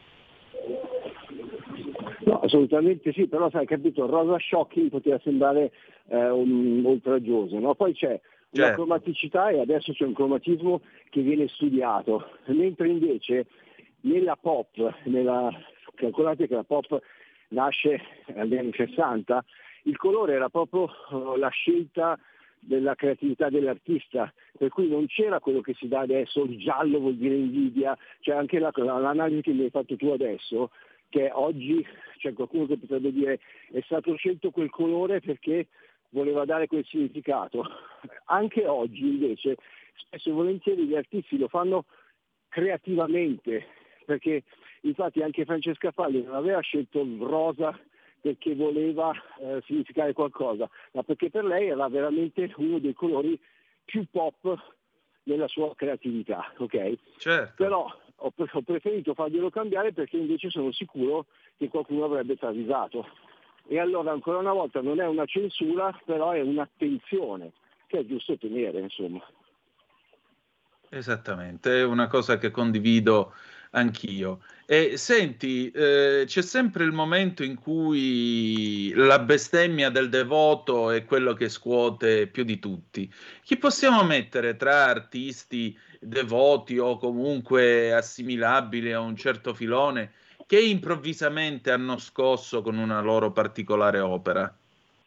No, assolutamente sì, però sai, capito, rosa shocking poteva sembrare oltraggioso, no? Poi c'è una cromaticità, e adesso c'è un cromatismo che viene studiato, mentre invece nella pop, calcolate che la pop nasce negli anni 60, il colore era proprio la scelta della creatività dell'artista, per cui non c'era quello che si dà adesso, il giallo vuol dire invidia, cioè anche l'analisi che mi hai fatto tu adesso, che oggi c'è qualcuno che potrebbe dire è stato scelto quel colore perché voleva dare quel significato. Anche oggi invece spesso e volentieri gli artisti lo fanno creativamente, perché infatti anche Francesca Falli non aveva scelto il rosa perché voleva significare qualcosa, ma perché per lei era veramente uno dei colori più pop nella sua creatività, ok? Certo. Però ho preferito farglielo cambiare perché invece sono sicuro che qualcuno avrebbe travisato. E allora ancora una volta non è una censura, però è un'attenzione che è giusto tenere, insomma. Esattamente, è una cosa che condivido anch'io. E senti, c'è sempre il momento in cui la bestemmia del devoto è quello che scuote più di tutti. Chi possiamo mettere tra artisti devoti o comunque assimilabili a un certo filone che improvvisamente hanno scosso con una loro particolare opera?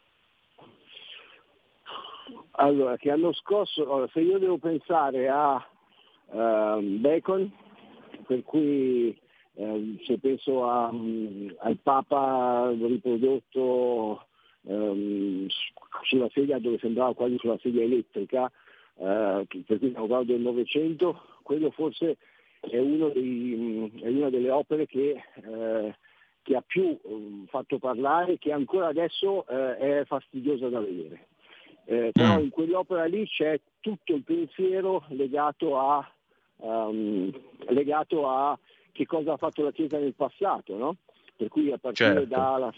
Allora, che hanno scosso, se io devo pensare a Bacon, per cui se penso al Papa riprodotto sulla sedia, dove sembrava quasi sulla sedia elettrica, per cui stiamo parlando del Novecento, quello forse è una delle opere che ha più fatto parlare, che ancora adesso è fastidiosa da vedere. Però in quell'opera lì c'è tutto il pensiero legato a che cosa ha fatto la Chiesa nel passato, no? per cui a partire certo.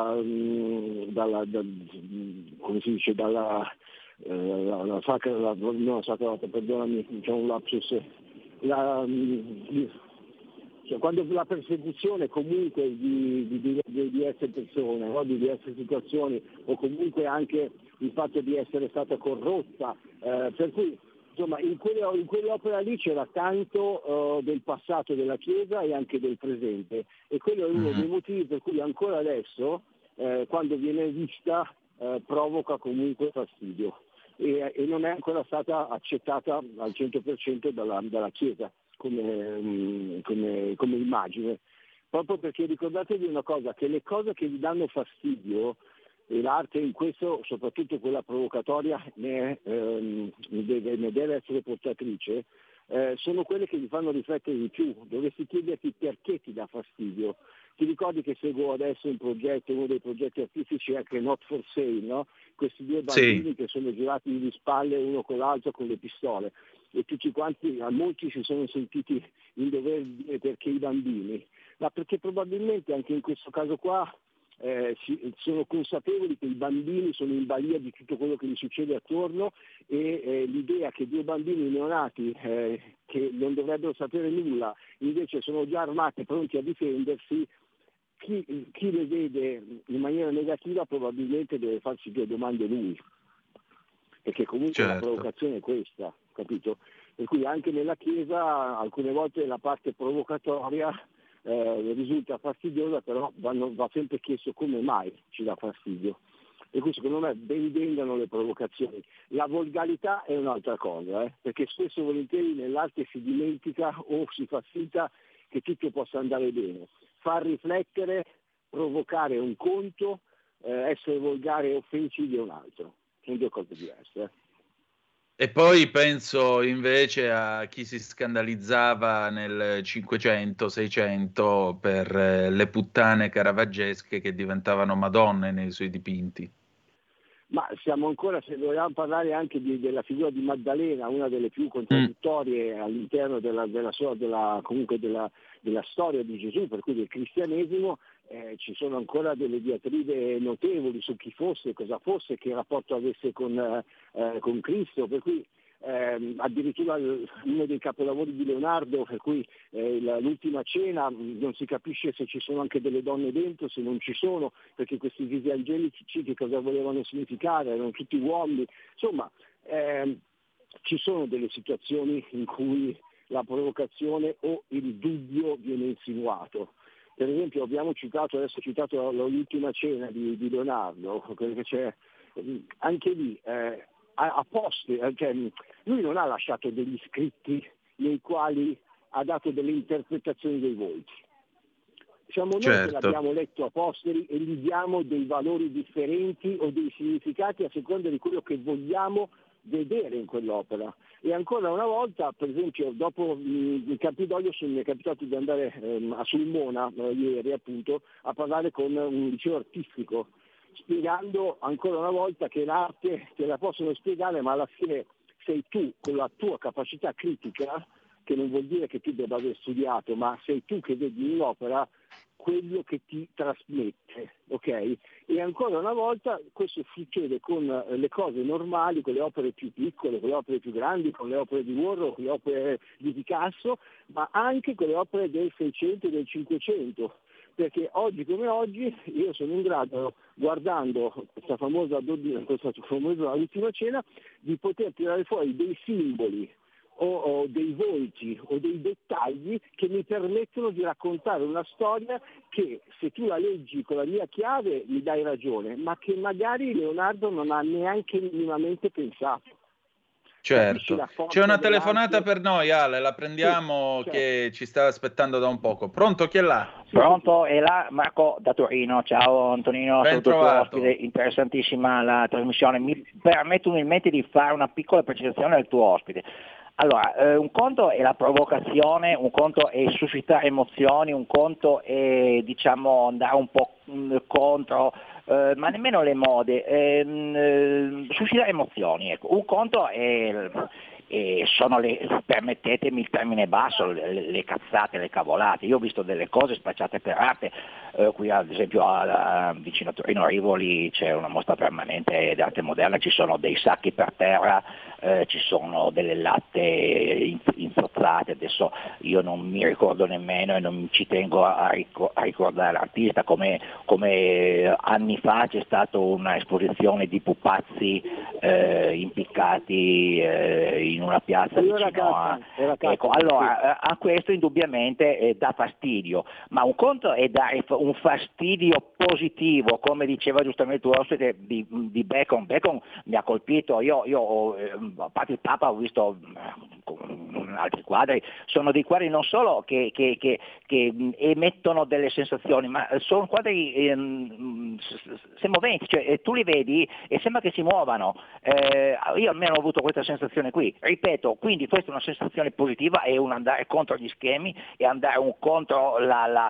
come si dice, dalla perdonami, c'è un lapsus, cioè quando la persecuzione comunque di diverse persone, no? Di diverse situazioni, o comunque anche il fatto di essere stata corrotta, per cui insomma in quell'opera lì c'era tanto del passato della Chiesa e anche del presente, e quello è uno dei motivi per cui ancora adesso quando viene vista provoca comunque fastidio e non è ancora stata accettata al 100% dalla Chiesa come immagine, proprio perché ricordatevi una cosa, che le cose che vi danno fastidio, e l'arte in questo, soprattutto quella provocatoria, ne deve essere portatrice, sono quelle che vi fanno riflettere di più. Dovresti chiederti perché ti dà fastidio. Ti ricordi che seguo adesso uno dei progetti artistici è anche Not for Sale, no? Questi due bambini che sono girati di spalle uno con l'altro con le pistole, e tutti quanti, molti si sono sentiti in dover dire perché i bambini, ma perché probabilmente anche in questo caso qua sono consapevoli che i bambini sono in balia di tutto quello che gli succede attorno, e l'idea che due bambini neonati che non dovrebbero sapere nulla invece sono già armati e pronti a difendersi, chi le vede in maniera negativa probabilmente deve farsi due domande lui, perché comunque la provocazione è questa, capito? Per cui anche nella Chiesa alcune volte la parte provocatoria risulta fastidiosa, però va sempre chiesto come mai ci dà fastidio. E qui secondo me ben vengano le provocazioni. La volgarità è un'altra cosa, perché spesso e volentieri nell'arte si dimentica o si fa finta che tutto possa andare bene. Far riflettere, provocare è un conto, essere volgare e offensivi è un altro. Sono due cose diverse. E poi penso invece a chi si scandalizzava nel 500-600 per le puttane caravaggesche che diventavano madonne nei suoi dipinti. Ma siamo ancora, se vogliamo parlare anche della figura di Maddalena, una delle più contraddittorie all'interno della storia di Gesù, per cui del cristianesimo, ci sono ancora delle diatribe notevoli su chi fosse, cosa fosse, che rapporto avesse con Cristo, per cui addirittura uno dei capolavori di Leonardo, per cui l'ultima cena, non si capisce se ci sono anche delle donne dentro, se non ci sono, perché questi visi angelici che cosa volevano significare, erano tutti uomini, insomma ci sono delle situazioni in cui la provocazione o il dubbio viene insinuato. Per esempio abbiamo citato l'ultima cena di Leonardo, perché c'è anche lì cioè, lui non ha lasciato degli scritti nei quali ha dato delle interpretazioni dei volti. Siamo noi che l'abbiamo letto a posteri e gli diamo dei valori differenti o dei significati a seconda di quello che vogliamo vedere in quell'opera. E ancora una volta, per esempio, dopo il Campidoglio mi è capitato di andare a Sulmona ieri appunto a parlare con un liceo artistico, spiegando ancora una volta che l'arte te la possono spiegare, ma alla fine sei tu con la tua capacità critica, che non vuol dire che tu debba aver studiato, ma sei tu che vedi in opera quello che ti trasmette, ok? E ancora una volta questo succede con le cose normali, con le opere più piccole, con le opere più grandi, con le opere di Warhol, con le opere di Picasso, ma anche con le opere del 600 e del 500. Perché oggi come oggi io sono in grado, guardando questa famosa ultima cena, di poter tirare fuori dei simboli o dei volti o dei dettagli che mi permettono di raccontare una storia che, se tu la leggi con la mia chiave, mi dai ragione, ma che magari Leonardo non ha neanche minimamente pensato. Certo, c'è una telefonata per noi, Ale, la prendiamo, sì, che ci sta aspettando da un poco. Pronto, chi è là? Pronto, è là Marco da Torino. Ciao Antonino, ben trovato. Ospite. Interessantissima la trasmissione. Mi permetto umilmente di fare una piccola precisazione al tuo ospite. Allora, un conto è la provocazione, un conto è suscitare emozioni, un conto è, diciamo, andare un po' contro, ma nemmeno le mode, suscitare emozioni. Ecco. Un conto è sono permettetemi il termine basso, le cazzate, le cavolate. Io ho visto delle cose spacciate per arte, qui ad esempio vicino a Torino Rivoli c'è una mostra permanente d'arte moderna, ci sono dei sacchi per terra, ci sono delle latte infozzate, adesso io non mi ricordo nemmeno e non ci tengo a ricordare l'artista, come anni fa c'è stata una esposizione di pupazzi impiccati in una piazza vicino a... Ecco, allora a questo indubbiamente dà fastidio, ma un conto è dare un fastidio positivo, come diceva giustamente il tuo ospite di Bacon. Bacon mi ha colpito, io a parte il Papa ho visto altri quadri, sono dei quadri non solo che emettono delle sensazioni, ma sono quadri semoventi, cioè tu li vedi e sembra che si muovano. Io almeno ho avuto questa sensazione qui, ripeto, quindi questa è una sensazione positiva, è un andare contro gli schemi, è andare contro la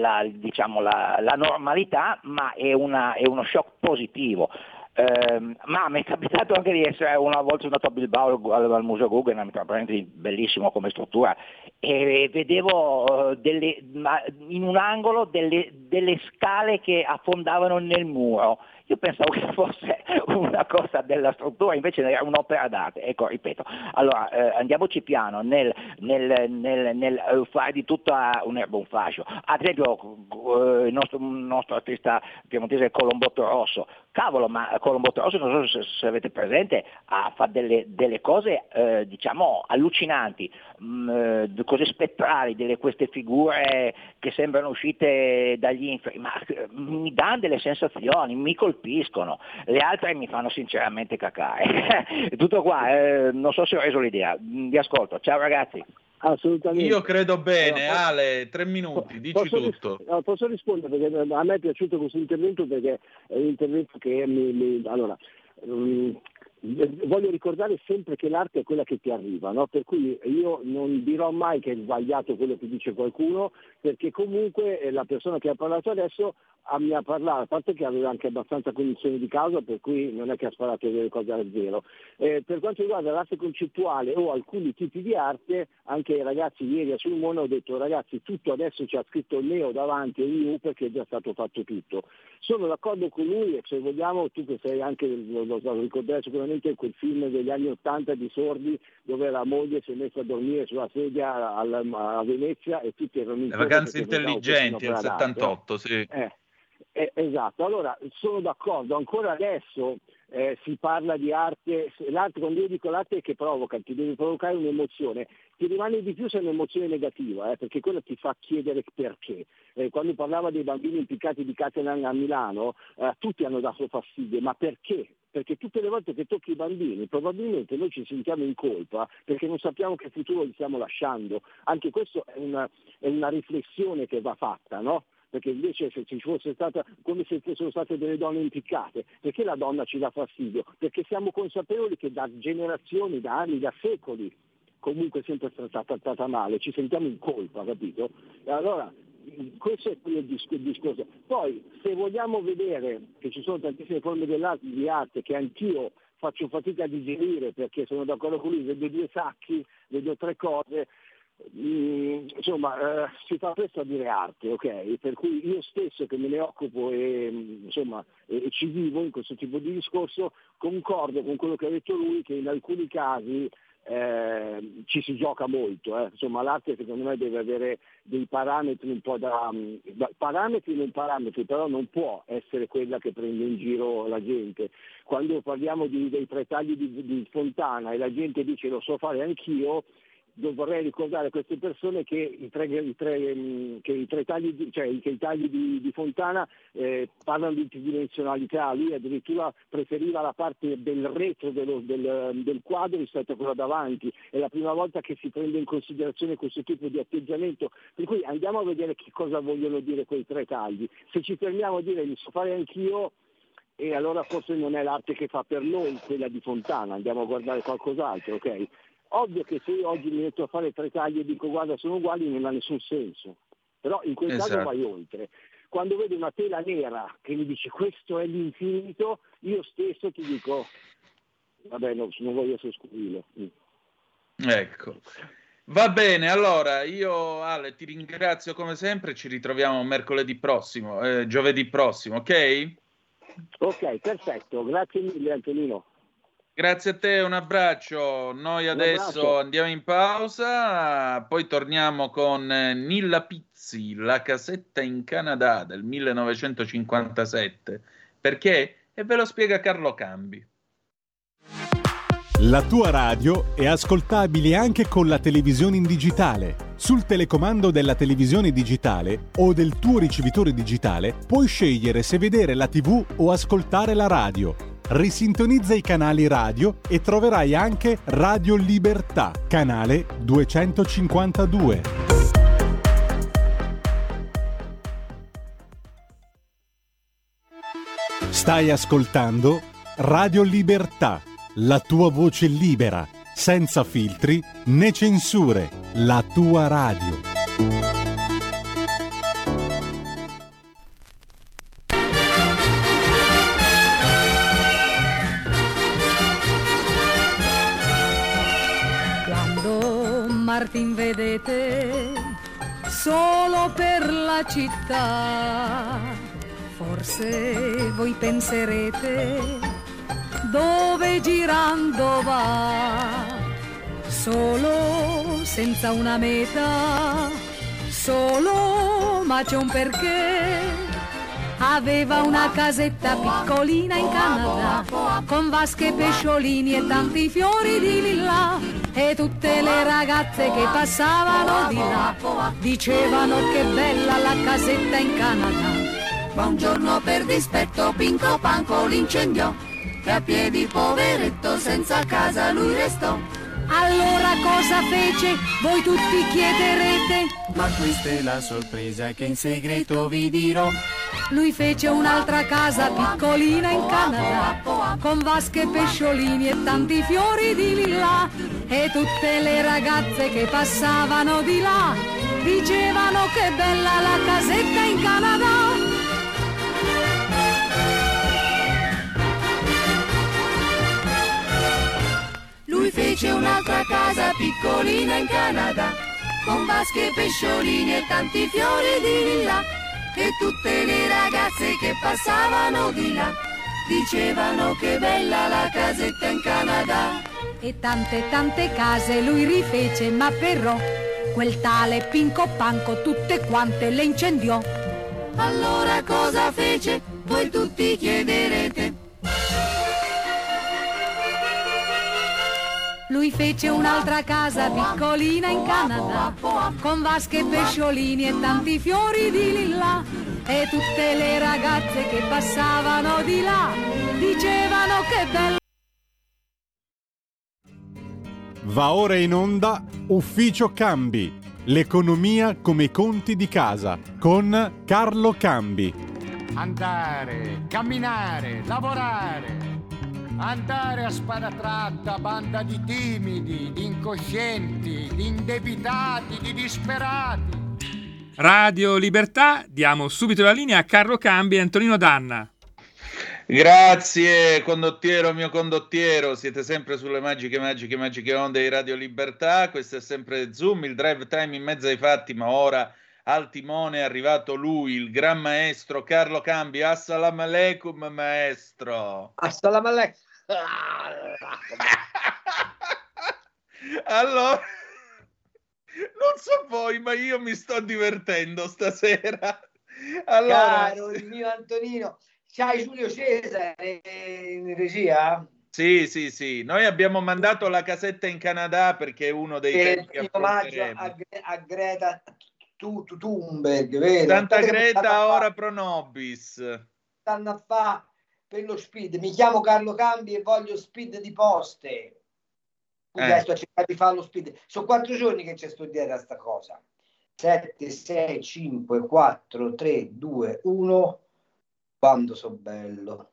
normalità, ma è uno shock positivo. Ma mi è capitato anche di essere una volta andato a Bilbao al Museo Guggenheim, bellissimo come struttura, e vedevo in un angolo delle scale che affondavano nel muro. Io pensavo che fosse una cosa della struttura, invece era un'opera d'arte. Ecco, ripeto, allora andiamoci piano nel fare di tutta un'erba un fascio. Ad esempio il nostro artista piemontese Colombotto Rosso, cavolo, ma Colombotto Rosso, non so se avete presente, fa delle cose diciamo allucinanti, cose spettrali, queste figure che sembrano uscite dagli inferi, ma mi danno delle sensazioni, mi colpiscono. Le altre mi fanno sinceramente cacare. Tutto qua, non so se ho reso l'idea. Vi ascolto, ciao ragazzi. Assolutamente. Io credo bene, Ale, 3 minuti, dici tutto. Posso rispondere, perché a me è piaciuto questo intervento, perché è un intervento che voglio ricordare sempre che l'arte è quella che ti arriva, no? Per cui io non dirò mai che è sbagliato quello che dice qualcuno, perché comunque la persona che ha parlato adesso mi ha parlato, a parte che aveva anche abbastanza cognizione di causa, per cui non è che ha sparato delle cose a zero. Per quanto riguarda l'arte concettuale o alcuni tipi di arte, anche i ragazzi ieri a Sulmona ho detto: ragazzi, tutto adesso c'è scritto il neo davanti e il new, perché è già stato fatto tutto. Sono d'accordo con lui, e se vogliamo, tu che sei anche, lo ricorderai sicuramente, quel film degli anni '80 di Sordi, dove la moglie si è messa a dormire sulla sedia a Venezia e tutti erano in Le vacanze intelligenti, il 78, sì. Esatto, allora sono d'accordo, ancora adesso si parla di arte, l'arte, quando io dico l'arte è che provoca, ti deve provocare un'emozione, ti rimane di più se è un'emozione negativa, perché quello ti fa chiedere perché. Quando parlava dei bambini impiccati di Catenan a Milano, tutti hanno dato fastidio, ma perché? Perché tutte le volte che tocchi i bambini probabilmente noi ci sentiamo in colpa, perché non sappiamo che futuro gli stiamo lasciando. Anche questo è una riflessione che va fatta, no? Perché invece se ci fosse stata, come se fossero state delle donne impiccate, perché la donna ci dà fastidio? Perché siamo consapevoli che da generazioni, da anni, da secoli comunque è sempre stata trattata male, ci sentiamo in colpa, capito? E allora questo è il discorso. Poi se vogliamo vedere che ci sono tantissime forme di arte che anch'io faccio fatica a digerire, perché sono d'accordo con lui, vedo 2 sacchi, vedo 3 cose, insomma si fa presto a dire arte, ok? Per cui io stesso che me ne occupo e ci vivo in questo tipo di discorso, concordo con quello che ha detto lui, che in alcuni casi ci si gioca molto, insomma l'arte secondo me deve avere dei parametri un po' parametri non parametri, però non può essere quella che prende in giro la gente. Quando parliamo dei 3 tagli di Fontana e la gente dice lo so fare anch'io, vorrei ricordare a queste persone che i tagli di Fontana parlano di tridimensionalità. Lui addirittura preferiva la parte del retro del quadro rispetto a quella davanti. È la prima volta che si prende in considerazione questo tipo di atteggiamento, per cui andiamo a vedere che cosa vogliono dire quei 3 tagli. Se ci fermiamo a dire li so fare anch'io, e allora forse non è l'arte che fa per noi quella di Fontana, andiamo a guardare qualcos'altro, ok? Ovvio che se io oggi mi metto a fare 3 tagli e dico guarda sono uguali, non ha nessun senso, però in quel caso vai oltre. Quando vedo una tela nera che mi dice questo è l'infinito, io stesso ti dico vabbè non voglio essere scurrile. Ecco. Va bene, allora io Ale ti ringrazio come sempre, ci ritroviamo mercoledì prossimo, giovedì prossimo, ok? Ok, perfetto, grazie mille Antonino. Grazie a te, un abbraccio. Noi adesso andiamo in pausa, poi torniamo con Nilla Pizzi, La casetta in Canada del 1957. Perché? E ve lo spiega Carlo Cambi. La tua radio è ascoltabile anche con la televisione in digitale. Sul telecomando della televisione digitale o del tuo ricevitore digitale puoi scegliere se vedere la TV o ascoltare la radio. Risintonizza i canali radio e troverai anche Radio Libertà, canale 252. Stai ascoltando Radio Libertà, la tua voce libera, senza filtri né censure, la tua radio. Martin vedete solo per la città, forse voi penserete dove girando va, solo senza una meta, solo ma c'è un perché. Aveva una casetta piccolina in Canada, con vasche e pesciolini e tanti fiori di lilla, e tutte le ragazze che passavano di là dicevano che bella la casetta in Canada. Ma un giorno per dispetto Pinco Panco l'incendiò, e a piedi poveretto senza casa lui restò. Allora cosa fece? Voi tutti chiederete, ma questa è la sorpresa che in segreto vi dirò. Lui fece un'altra casa piccolina in Canada, con vasche e pesciolini e tanti fiori di lilla, e tutte le ragazze che passavano di là dicevano che bella la casetta in Canada. Lui fece un'altra casa piccolina in Canada, con vasche e pesciolini e tanti fiori di lilla, e tutte le ragazze che passavano di là dicevano che bella la casetta in Canada. E tante case lui rifece, ma però quel tale Pinco Panco tutte quante le incendiò. Allora cosa fece? Voi tutti chiederete. Lui fece un'altra casa piccolina in Canada, con vasche e pesciolini e tanti fiori di lilla, e tutte le ragazze che passavano di là dicevano che bella. Va ora in onda Ufficio Cambi, l'economia come i conti di casa, con Carlo Cambi. Andare, camminare, lavorare. Andare a spada tratta, banda di timidi, di incoscienti, di indebitati, di disperati. Radio Libertà, diamo subito la linea a Carlo Cambi e Antonino Danna. Grazie condottiero, mio condottiero, siete sempre sulle magiche onde di Radio Libertà. Questo è sempre Zoom, il drive time in mezzo ai fatti, ma ora al timone è arrivato lui, il gran maestro Carlo Cambi. Assalamu alaikum maestro. Assalamu alaikum. Allora, non so voi, ma io mi sto divertendo stasera. Allora, caro il mio Antonino, c'hai Giulio Cesare in regia? Sì. Noi abbiamo mandato la casetta in Canada perché è uno dei temi che omaggio a Greta Thunberg, vero? Santa Greta ora pro nobis. Stanno fa per lo speed. Mi chiamo Carlo Cambi e voglio speed di poste. Adesso cercare di fare lo speed. Sono 4 giorni che c'è studiare a sta cosa. 7, 6, 5, 4, 3, 2, 1. Quando so bello.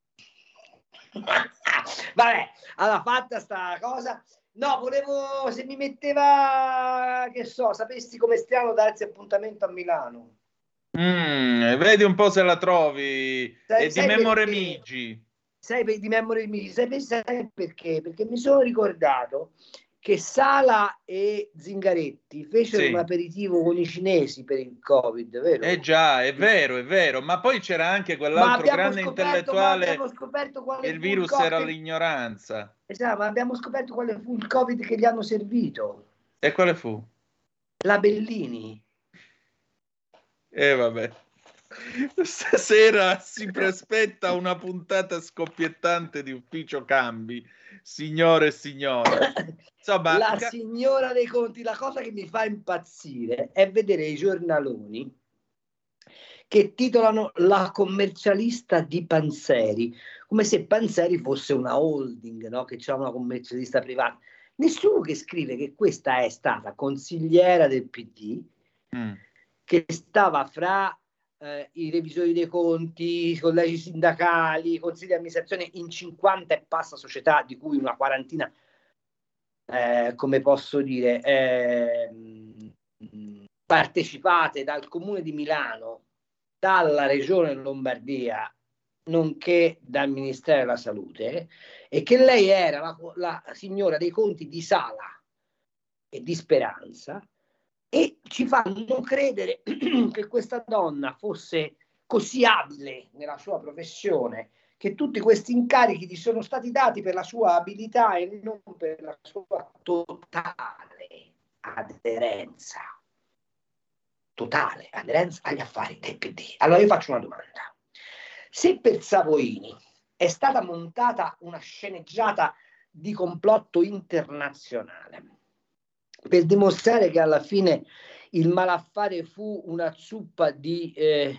Vabbè, allora fatta sta cosa. No, volevo, se mi metteva, che so, sapessi come stiamo, darsi appuntamento a Milano. Vedi un po' se la trovi. Di Memore Migi. Di Memore Migi. Sai perché? Perché mi sono ricordato che Sala e Zingaretti fecero un aperitivo con i cinesi per il Covid, vero? Già, è vero, ma poi c'era anche quell'altro grande intellettuale che il virus era l'ignoranza. Esatto, ma abbiamo scoperto quale fu il Covid che gli hanno servito. E quale fu? La Bellini. Vabbè. Stasera si prospetta una puntata scoppiettante di Ufficio Cambi, signore e signori. Insomma, la signora dei conti, la cosa che mi fa impazzire è vedere i giornaloni che titolano La commercialista di Panzeri, come se Panzeri fosse una holding, no? Che c'è una commercialista privata. Nessuno che scrive che questa è stata consigliera del PD, che stava fra i revisori dei conti, i collegi sindacali, i consigli di amministrazione in 50 e passa società, di cui una quarantina, come posso dire, partecipate dal Comune di Milano, dalla Regione Lombardia, nonché dal Ministero della Salute, e che lei era la signora dei conti di Sala e di Speranza, e ci fanno credere che questa donna fosse così abile nella sua professione che tutti questi incarichi gli sono stati dati per la sua abilità e non per la sua totale aderenza agli affari del PD. Allora io faccio una domanda: se per Savoini è stata montata una sceneggiata di complotto internazionale per dimostrare che alla fine il malaffare fu una zuppa di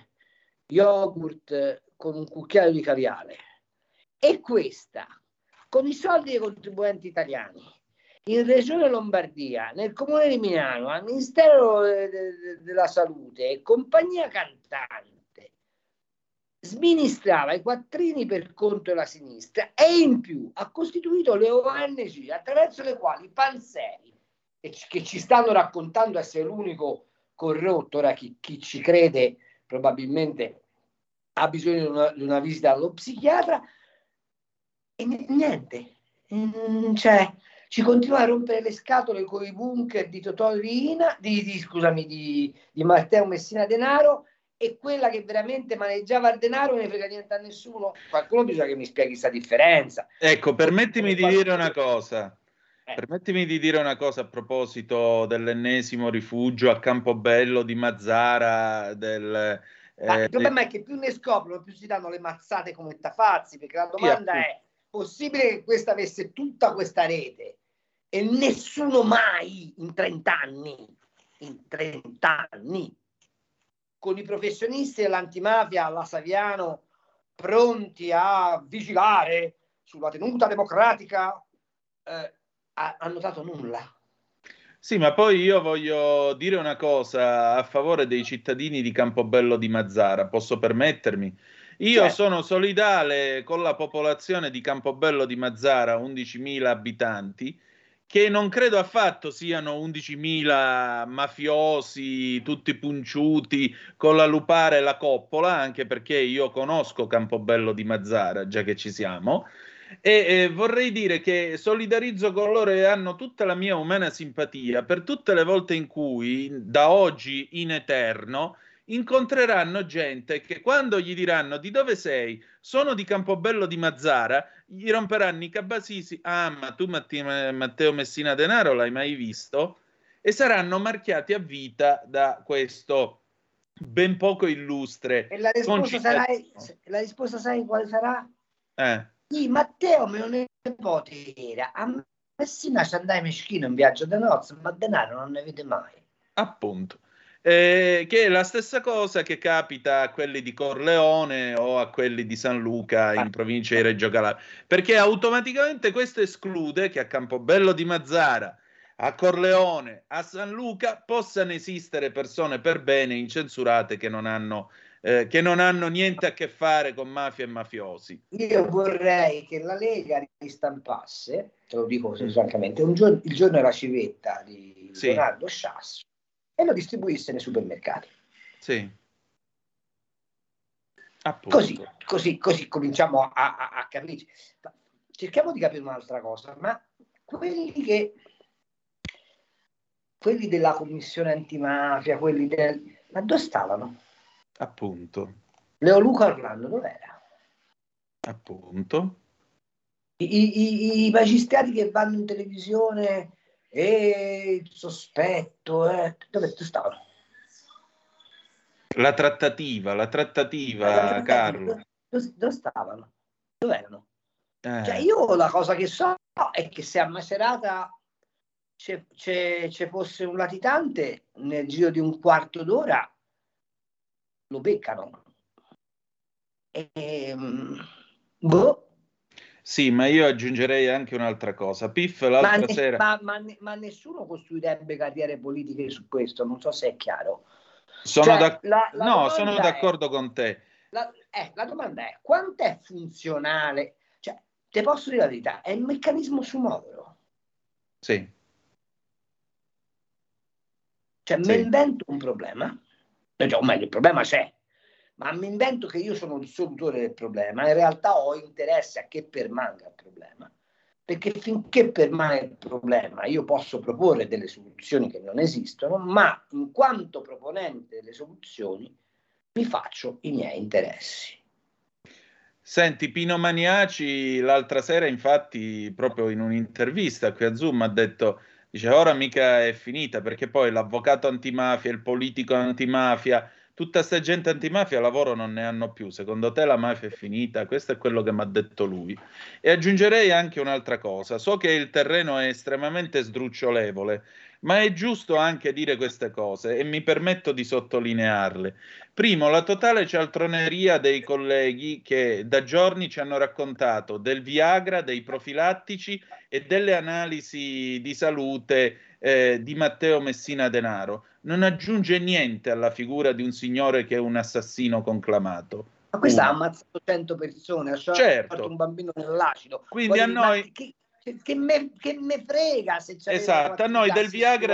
yogurt con un cucchiaio di caviale, e questa, con i soldi dei contribuenti italiani, in Regione Lombardia, nel Comune di Milano, al Ministero della Salute e compagnia cantante, sministrava i quattrini per conto della sinistra e in più ha costituito le ONG attraverso le quali Panzeri, che ci stanno raccontando essere l'unico corrotto, ora chi ci crede probabilmente ha bisogno di una visita allo psichiatra, e niente, cioè ci continua a rompere le scatole con i bunker di Totò Riina, di Matteo Messina Denaro, e quella che veramente maneggiava il denaro non ne frega niente a nessuno. Qualcuno bisogna che mi spieghi questa differenza. Ecco, permettimi di dire una cosa. Permettimi di dire una cosa a proposito dell'ennesimo rifugio a Campobello di Mazzara. Il problema è che più ne scoprono, più si danno le mazzate come Tafazzi, perché la domanda è: possibile che questa avesse tutta questa rete e nessuno mai in 30 anni, con i professionisti dell'antimafia alla Saviano pronti a vigilare sulla tenuta democratica, ha notato nulla? Sì, ma poi io voglio dire una cosa a favore dei cittadini di Campobello di Mazzara, posso permettermi? Io sono solidale con la popolazione di Campobello di Mazzara, 11.000 abitanti, che non credo affatto siano 11.000 mafiosi, tutti punciuti, con la lupara e la coppola, anche perché io conosco Campobello di Mazzara, già che ci siamo. E vorrei dire che solidarizzo con loro e hanno tutta la mia umana simpatia per tutte le volte in cui, da oggi in eterno, incontreranno gente che quando gli diranno di dove sei, sono di Campobello di Mazzara, gli romperanno i cabasisi: ah, ma tu Matteo Messina Denaro l'hai mai visto? E saranno marchiati a vita da questo ben poco illustre. E la risposta sai quale sarà? Sì, Matteo mio nipote era a Messina, ci andai meschino in viaggio da nozze, ma denaro non ne vede mai. Appunto. Che è la stessa cosa che capita a quelli di Corleone o a quelli di San Luca in provincia di Reggio Calabria, perché automaticamente questo esclude che a Campobello di Mazzara, a Corleone, a San Luca possano esistere persone per bene incensurate che non hanno niente a che fare con mafia e mafiosi. Io vorrei che la Lega ristampasse, te lo dico francamente, il giorno della civetta di Leonardo Sciascio e lo distribuisse nei supermercati. Sì. Così cominciamo a capirci. Cerchiamo di capire un'altra cosa, ma quelli che quelli della commissione antimafia, ma dove stavano? Appunto. Leo Luca Orlando dov'era? Appunto. I magistrati che vanno in televisione e il sospetto, dove stavano? La trattativa, Carlo. Dove stavano? Dove erano? Cioè, Eh. io la cosa che so è che se a Macerata ci fosse un latitante, nel giro di un quarto d'ora lo beccano. Boh. Sì, ma io aggiungerei anche un'altra cosa. Piff l'altra sera... Ma nessuno costruirebbe carriere politiche su questo, non so se è chiaro. Sono Sono d'accordo con te. La domanda è: quanto è funzionale? Cioè, te posso dire la verità, è il meccanismo sumodoro. Sì. Cioè, mi invento un problema, o meglio, il problema c'è, ma mi invento che io sono il solutore del problema, in realtà ho interesse a che permanga il problema, perché finché permane il problema io posso proporre delle soluzioni che non esistono, ma in quanto proponente delle soluzioni mi faccio i miei interessi. Senti, Pino Maniaci l'altra sera, infatti, proprio in un'intervista qui a Zoom ha detto, dice, ora mica è finita, perché poi l'avvocato antimafia, il politico antimafia, tutta sta gente antimafia lavoro non ne hanno più. Secondo te la mafia è finita? Questo è quello che mi ha detto lui. E aggiungerei anche un'altra cosa. So che il terreno è estremamente sdrucciolevole, ma è giusto anche dire queste cose e mi permetto di sottolinearle. Primo, la totale cialtroneria dei colleghi che da giorni ci hanno raccontato del Viagra, dei profilattici e delle analisi di salute di Matteo Messina Denaro. Non aggiunge niente alla figura di un signore che è un assassino conclamato. Ma questa ha ammazzato 100 persone, ha sciolto un bambino nell'acido. Quindi a noi... Che me frega se c'è. Esatto, a noi del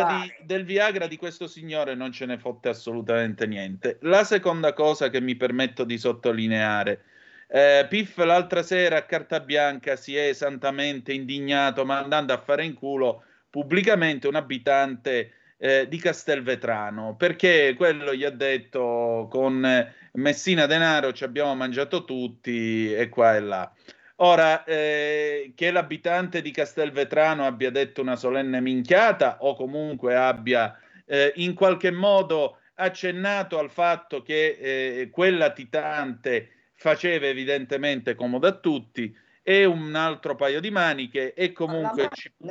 Viagra di questo signore non ce ne fotte assolutamente niente. La seconda cosa che mi permetto di sottolineare, Piff l'altra sera a Carta Bianca si è santamente indignato mandando a fare in culo pubblicamente un abitante di Castelvetrano, perché quello gli ha detto con Messina Denaro ci abbiamo mangiato tutti e qua e là. Ora, che l'abitante di Castelvetrano abbia detto una solenne minchiata o comunque abbia in qualche modo accennato al fatto che quel latitante faceva evidentemente comodo a tutti è un altro paio di maniche e comunque...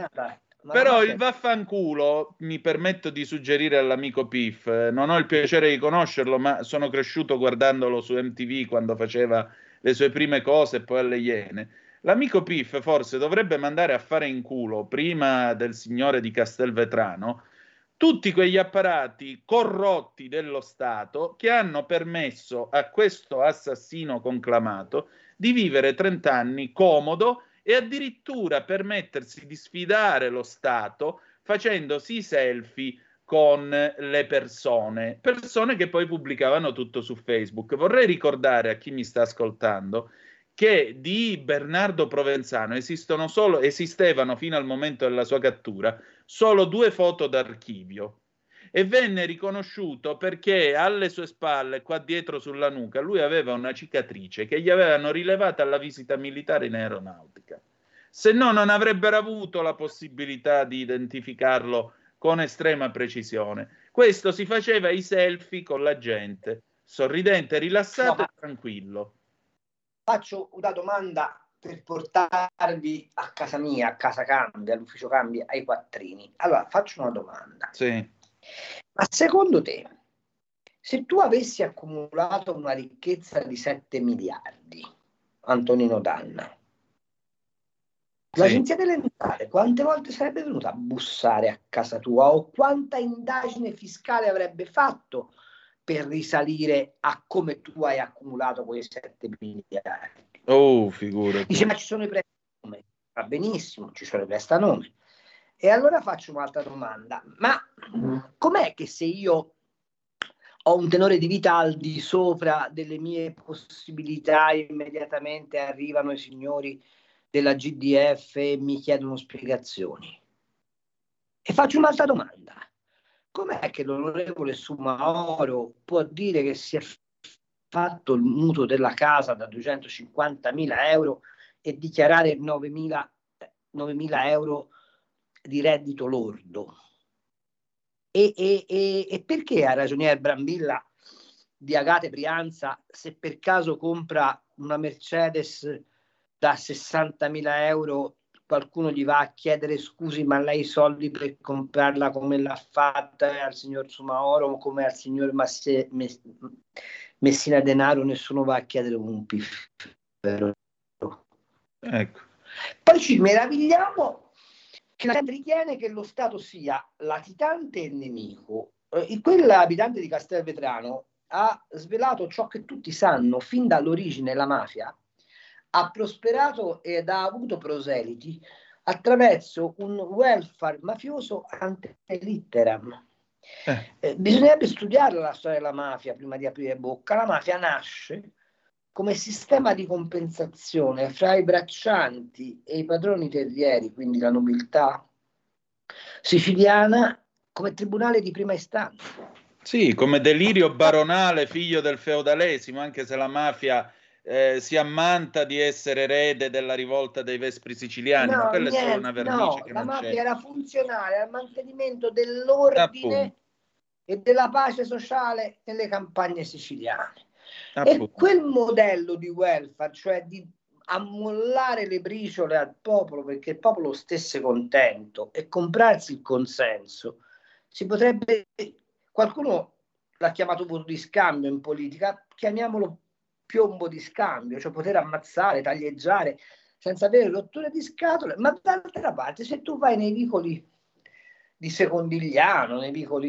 Però il vaffanculo, mi permetto di suggerire all'amico Piff, non ho il piacere di conoscerlo, ma sono cresciuto guardandolo su MTV quando faceva le sue prime cose e poi alle Iene. L'amico Piff forse dovrebbe mandare a fare in culo, prima del signore di Castelvetrano, tutti quegli apparati corrotti dello Stato che hanno permesso a questo assassino conclamato di vivere 30 anni comodo e addirittura permettersi di sfidare lo Stato facendosi i selfie con le persone che poi pubblicavano tutto su Facebook. Vorrei ricordare a chi mi sta ascoltando che di Bernardo Provenzano esistevano fino al momento della sua cattura solo 2 foto d'archivio e venne riconosciuto perché alle sue spalle, qua dietro sulla nuca, lui aveva una cicatrice che gli avevano rilevata alla visita militare in aeronautica. Se no, non avrebbero avuto la possibilità di identificarlo con estrema precisione. Questo si faceva i selfie con la gente, sorridente, rilassato e tranquillo. Faccio una domanda per portarvi a casa mia, a Casa Cambi, all'ufficio Cambi, ai quattrini. Allora, faccio una domanda. Sì. Ma secondo te, se tu avessi accumulato una ricchezza di 7 miliardi, Antonino Danna, l'agenzia delle entrate quante volte sarebbe venuta a bussare a casa tua o quanta indagine fiscale avrebbe fatto per risalire a come tu hai accumulato quei 7 miliardi? Oh, figurati. Dice, ma ci sono i prestanome. Va benissimo, ci sono i prestanome. E allora faccio un'altra domanda. Ma com'è che se io ho un tenore di vita al di sopra delle mie possibilità, immediatamente arrivano i signori della GDF e mi chiedono spiegazioni? E faccio un'altra domanda. com'è che l'onorevole Soumahoro può dire che si è fatto il mutuo della casa da 250.000 euro e dichiarare 9.000 euro di reddito lordo? E perché ha ragioniere Brambilla di Agate Brianza, se per caso compra una Mercedes da 60.000 euro, qualcuno gli va a chiedere scusi, ma lei i soldi per comprarla come l'ha fatta al signor Soumahoro o come al signor Messina Denaro, nessuno va a chiedere un piffero. Ecco. Poi ci meravigliamo che la gente ritiene che lo Stato sia latitante e nemico. Quell'abitante di Castelvetrano ha svelato ciò che tutti sanno: fin dall'origine la mafia ha prosperato ed ha avuto proseliti attraverso un welfare mafioso ante litteram. Bisognerebbe studiare la storia della mafia prima di aprire bocca. La mafia nasce come sistema di compensazione fra i braccianti e i padroni terrieri, quindi la nobiltà siciliana, come tribunale di prima istanza. Sì, come delirio baronale figlio del feudalesimo, anche se la mafia si ammanta di essere erede della rivolta dei Vespri siciliani, ma quella è solo una vernice che la non mafia c'è. era funzionale al mantenimento dell'ordine e della pace sociale nelle campagne siciliane. E quel modello di welfare, cioè di ammollare le briciole al popolo perché il popolo stesse contento e comprarsi il consenso, si potrebbe, qualcuno l'ha chiamato voto di scambio in politica, chiamiamolo piombo di scambio, cioè poter ammazzare, taglieggiare senza avere rotture di scatole. Ma d'altra parte, se tu vai nei vicoli di Secondigliano, nei vicoli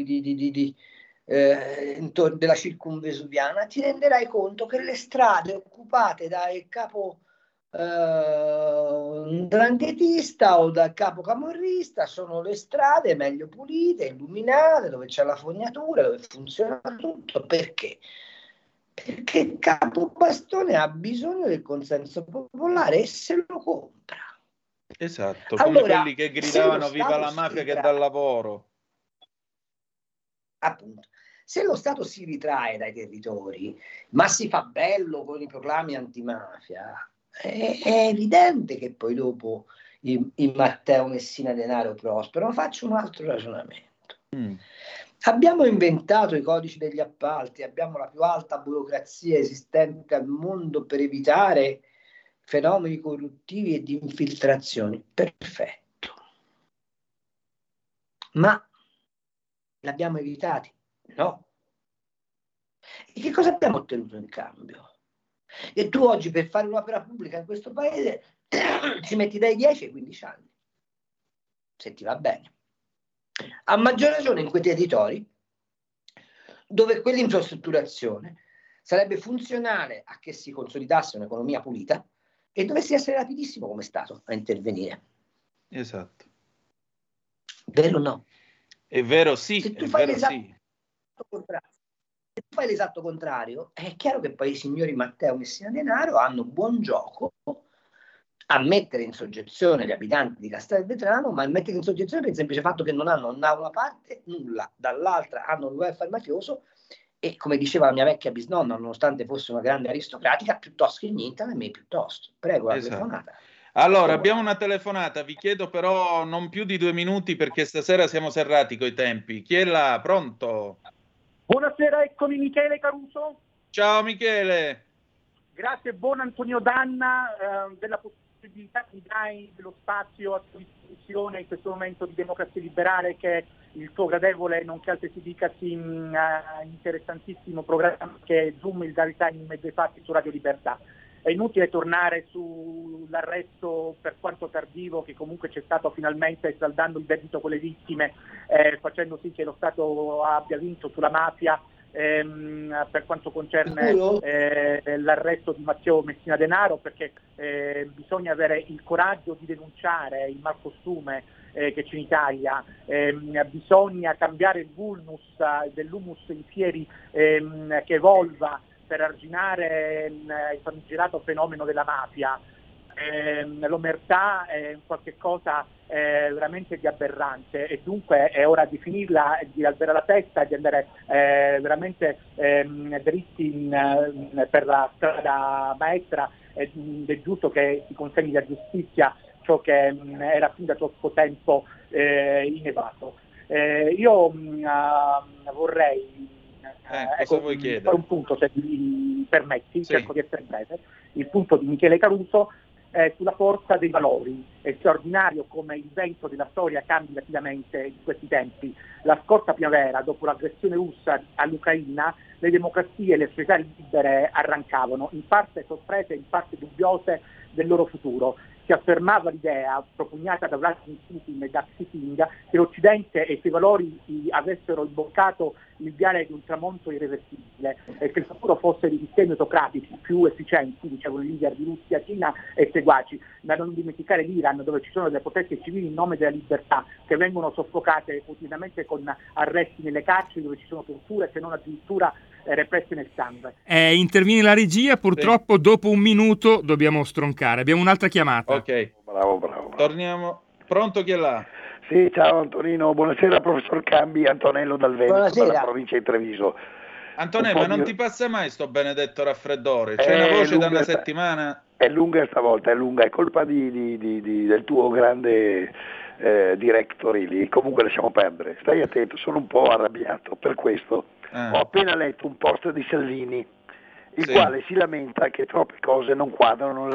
intorno della circumvesuviana, ti renderai conto che le strade occupate dal capo dranghetista o dal capo camorrista sono le strade meglio pulite, illuminate, dove c'è la fognatura, dove funziona tutto. Perché? Perché il capo bastone ha bisogno del consenso popolare e se lo compra. Esatto, come allora, quelli che gridavano viva la mafia che dà lavoro. Appunto, se lo Stato si ritrae dai territori, ma si fa bello con i proclami antimafia, è evidente che poi dopo i Matteo Messina Denaro prosperano. Faccio un altro ragionamento. Abbiamo inventato i codici degli appalti, abbiamo la più alta burocrazia esistente al mondo per evitare fenomeni corruttivi e di infiltrazioni. Perfetto. Ma l'abbiamo evitati? No. E che cosa abbiamo ottenuto in cambio? E tu oggi per fare un'opera pubblica in questo paese ci metti dai 10 ai 15 anni, se ti va bene. A maggior ragione in quei territori dove quell'infrastrutturazione sarebbe funzionale a che si consolidasse un'economia pulita e dovessi essere rapidissimo come Stato a intervenire. Esatto. Vero o no? È vero, sì. Se tu fai l'esatto contrario, è chiaro che poi i signori Matteo Messina Denaro hanno buon gioco a mettere in soggezione gli abitanti di Castelvetrano, ma a mettere in soggezione per il semplice fatto che non hanno da una parte nulla, dall'altra hanno il welfare mafioso e, come diceva la mia vecchia bisnonna, nonostante fosse una grande aristocratica, piuttosto che niente, a me piuttosto. Prego, la telefonata. Allora, abbiamo una telefonata, vi chiedo però non più di 2 minuti perché stasera siamo serrati coi tempi. Chi è là? Pronto? Buonasera, eccomi Michele Caruso. Ciao Michele. Grazie, buon Antonio Danna della possibilità che mi dai dello spazio a tua disposizione in questo momento di democrazia liberale che è il tuo gradevole, nonché altri si dicasi interessantissimo programma che è Zoom, il Daily Time in mezzo ai fatti su Radio Libertà. È inutile tornare sull'arresto per quanto tardivo che comunque c'è stato finalmente, saldando il debito con le vittime, facendo sì che lo Stato abbia vinto sulla mafia per quanto concerne l'arresto di Matteo Messina Denaro, perché bisogna avere il coraggio di denunciare il malcostume che c'è in Italia, bisogna cambiare il vulnus dell'humus in fieri che evolva per arginare il famigerato fenomeno della mafia. l'omertà è qualche cosa veramente di aberrante, e dunque è ora di finirla, di alzare la testa e di andare veramente dritti per la strada maestra. Ed è giusto che si consegni alla giustizia ciò che era fin da troppo tempo inevaso. Io vorrei fare un punto, se mi permetti, sì. Cerco di essere breve. Il punto di Michele Caruso è sulla forza dei valori. È straordinario come il vento della storia cambi rapidamente in questi tempi. La scorsa primavera, dopo l'aggressione russa all'Ucraina, le democrazie e le società libere arrancavano, in parte sorprese, in parte dubbiose del loro futuro. Si affermava l'idea, propugnata da Vladimir Putin e da Xi Jinping, che l'Occidente e i suoi valori avessero imboccato il viale di un tramonto irreversibile e che il futuro fosse di sistemi autocratici più efficienti, dicevano i leader di Russia, Cina e seguaci, ma non dimenticare l'Iran, dove ci sono delle proteste civili in nome della libertà che vengono soffocate quotidianamente con arresti nelle carceri, dove ci sono torture, se non addirittura represse nel sangue. Interviene la regia, purtroppo dopo un minuto dobbiamo stroncare. Abbiamo un'altra chiamata. Ok, bravo. Torniamo. Pronto, chi è là? Sì, ciao Antonino, buonasera professor Cambi, Antonello dal Veneto, dalla provincia di Treviso. Antonello, ma non ti passa mai sto benedetto raffreddore? C'è una voce da una settimana? È lunga stavolta, è colpa del tuo grande directory lì, comunque lasciamo perdere, stai attento, sono un po' arrabbiato per questo. Ho appena letto un post di Salvini, il quale si lamenta che troppe cose non quadrano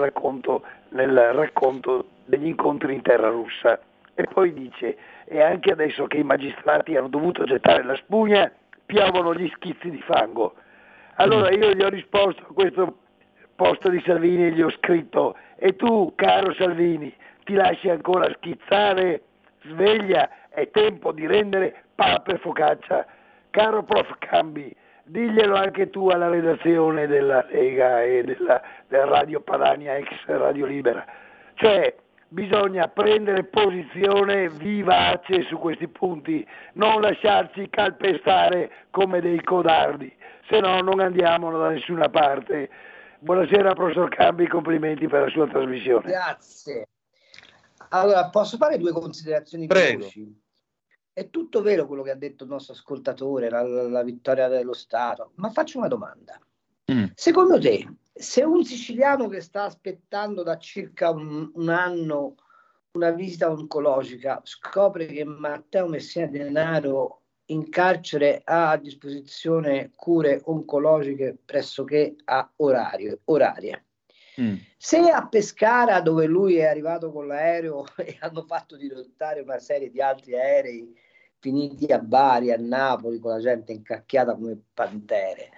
nel racconto degli incontri in terra russa, e poi dice: e anche adesso che i magistrati hanno dovuto gettare la spugna, piovono gli schizzi di fango. Allora io gli ho risposto a questo post di Salvini e gli ho scritto: e tu, caro Salvini, ti lasci ancora schizzare? Sveglia, è tempo di rendere papa e focaccia. Caro prof Cambi, diglielo anche tu alla redazione della Lega e della Radio Padania, ex Radio Libera. Cioè, bisogna prendere posizione vivace su questi punti, non lasciarci calpestare come dei codardi, se no non andiamo da nessuna parte. Buonasera professor Cambi, complimenti per la sua trasmissione. Grazie. Allora, posso fare due considerazioni veloci? È tutto vero quello che ha detto il nostro ascoltatore, la vittoria dello Stato, ma faccio una domanda. Secondo te, se un siciliano che sta aspettando da circa un anno una visita oncologica scopre che Matteo Messina Denaro in carcere ha a disposizione cure oncologiche pressoché orarie, se a Pescara, dove lui è arrivato con l'aereo e hanno fatto dirottare una serie di altri aerei finiti a Bari, a Napoli, con la gente incacchiata come pantere,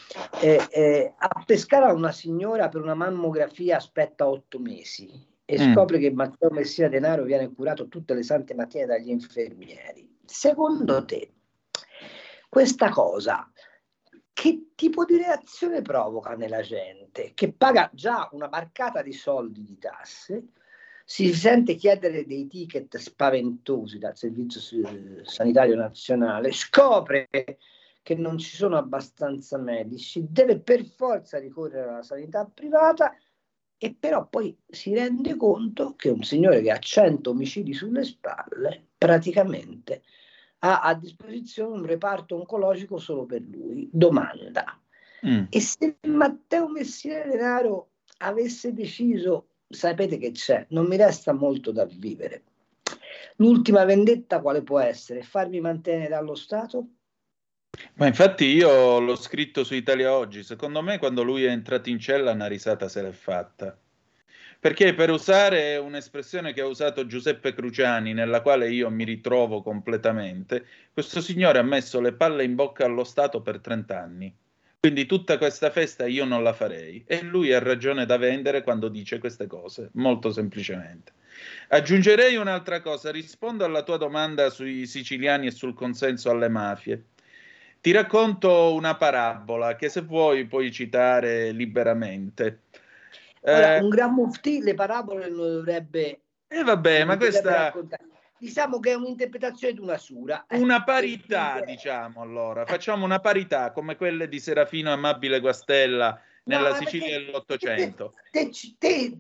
a Pescara una signora per una mammografia aspetta 8 mesi e scopre che Matteo Messina Denaro viene curato tutte le sante mattine dagli infermieri. Secondo te questa cosa che tipo di reazione provoca nella gente che paga già una barcata di soldi di tasse, si sente chiedere dei ticket spaventosi dal Servizio Sanitario Nazionale, scopre che non ci sono abbastanza medici, deve per forza ricorrere alla sanità privata, e però poi si rende conto che un signore che ha 100 omicidi sulle spalle praticamente ha a disposizione un reparto oncologico solo per lui. Domanda: e se Matteo Messina Denaro avesse deciso, sapete che c'è, non mi resta molto da vivere, l'ultima vendetta quale può essere? Farmi mantenere dallo Stato? Ma infatti io l'ho scritto su Italia Oggi, secondo me quando lui è entrato in cella una risata se l'è fatta. Perché, per usare un'espressione che ha usato Giuseppe Cruciani, nella quale io mi ritrovo completamente, questo signore ha messo le palle in bocca allo Stato per 30 anni. Quindi tutta questa festa io non la farei. E lui ha ragione da vendere quando dice queste cose, molto semplicemente. Aggiungerei un'altra cosa, rispondo alla tua domanda sui siciliani e sul consenso alle mafie. Ti racconto una parabola che, se vuoi, puoi citare liberamente. Ora, un gran muftì le parabole non dovrebbe... vabbè, ma questa... Diciamo che è un'interpretazione di una sura. Una parità, diciamo, allora. Facciamo una parità, come quelle di Serafino Amabile Guastella nella Sicilia dell'Ottocento. Te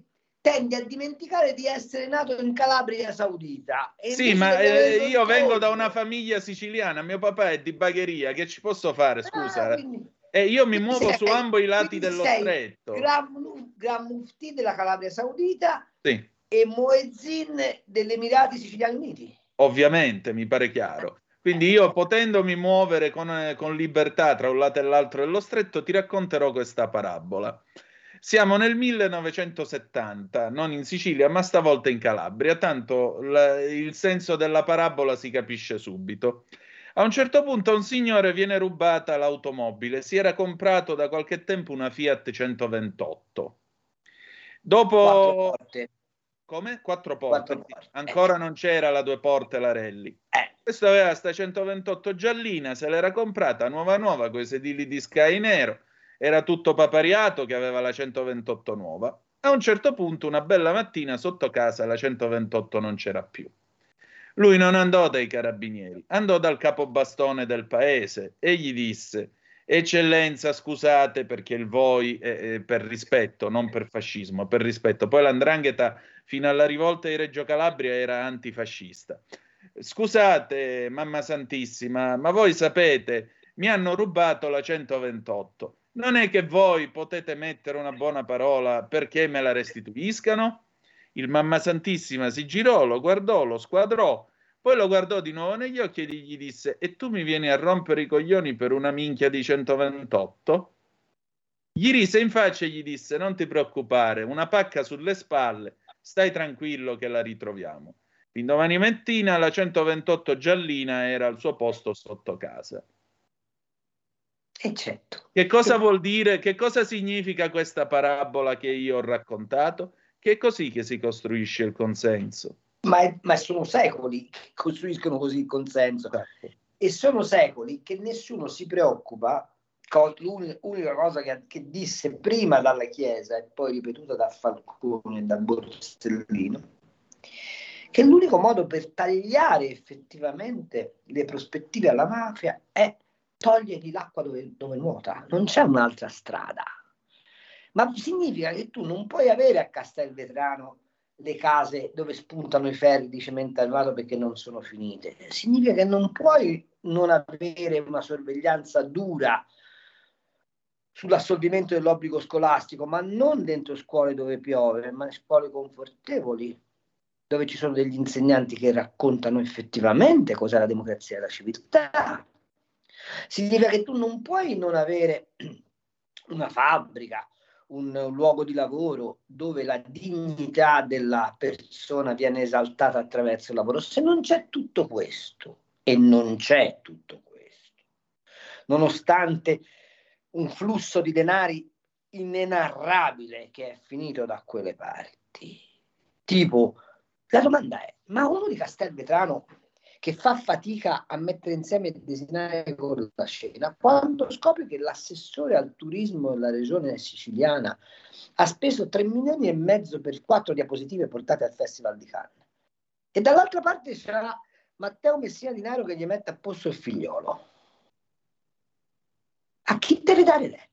tendi a dimenticare di essere nato in Calabria Saudita. Sì, ma io vengo da una famiglia siciliana, mio papà è di Bagheria, che ci posso fare, scusa? E io mi muovo su ambo i lati dello stretto. Gran Mufti della Calabria Saudita, sì, e Muezzin degli Emirati Siciliani Uniti. Ovviamente, mi pare chiaro. Quindi io, potendomi muovere con libertà tra un lato e l'altro dello stretto, ti racconterò questa parabola. Siamo nel 1970, non in Sicilia, ma stavolta in Calabria, tanto il senso della parabola si capisce subito. A un certo punto a un signore viene rubata l'automobile, si era comprato da qualche tempo una Fiat 128. Dopo... 4 porte. Come? 4 porte. Ancora non c'era la 2 porte la Rally. Questo aveva sta 128 giallina, se l'era comprata nuova con i sedili di Sky nero, era tutto papariato che aveva la 128 nuova. A un certo punto, una bella mattina, sotto casa la 128 non c'era più. Lui non andò dai carabinieri, andò dal capobastone del paese e gli disse: Eccellenza, scusate, perché il voi per rispetto, non per fascismo, per rispetto. Poi l''ndrangheta fino alla rivolta di Reggio Calabria era antifascista. Scusate, mamma santissima, ma voi sapete, mi hanno rubato la 128. Non è che voi potete mettere una buona parola perché me la restituiscano? Il mamma santissima si girò, lo guardò, lo squadrò, poi lo guardò di nuovo negli occhi e gli disse: e tu mi vieni a rompere i coglioni per una minchia di 128? Gli rise in faccia e gli disse: non ti preoccupare, una pacca sulle spalle, stai tranquillo che la ritroviamo. L'indomani mattina la 128 giallina era al suo posto sotto casa. Certo. Che cosa vuol dire? Che cosa significa questa parabola che io ho raccontato? Che è così che si costruisce il consenso. Ma sono secoli che costruiscono così il consenso. E sono secoli che nessuno si preoccupa. L'unica cosa che disse prima dalla Chiesa e poi ripetuta da Falcone e da Borsellino, che l'unico modo per tagliare effettivamente le prospettive alla mafia è togliergli l'acqua dove nuota. Non c'è un'altra strada. Ma significa che tu non puoi avere a Castelvetrano le case dove spuntano i ferri di cemento armato perché non sono finite. Significa che non puoi non avere una sorveglianza dura sull'assolvimento dell'obbligo scolastico, ma non dentro scuole dove piove, ma in scuole confortevoli, dove ci sono degli insegnanti che raccontano effettivamente cos'è la democrazia e la civiltà. Significa che tu non puoi non avere una fabbrica, un luogo di lavoro dove la dignità della persona viene esaltata attraverso il lavoro. Se non c'è tutto questo, e non c'è tutto questo, nonostante un flusso di denari inenarrabile che è finito da quelle parti, tipo, la domanda è: ma uno di Castelvetrano che fa fatica a mettere insieme e disegnare con la scena, quando scopre che l'assessore al turismo della regione siciliana ha speso 3,5 milioni per 4 diapositive portate al Festival di Cannes, e dall'altra parte c'era Matteo Messina Denaro che gli mette a posto il figliolo, a chi deve dare retta?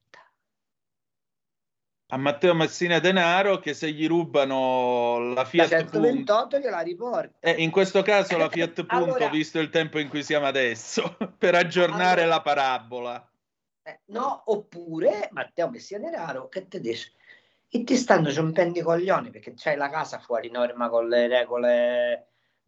A Matteo Messina Denaro, che se gli rubano la Fiat 128 gliela riporta. In questo caso la Fiat Punto, allora, visto il tempo in cui siamo adesso, per aggiornare la parabola. No, oppure Matteo Messina Denaro che te dice: e ti stanno rompendo i coglioni perché c'hai la casa fuori norma con le regole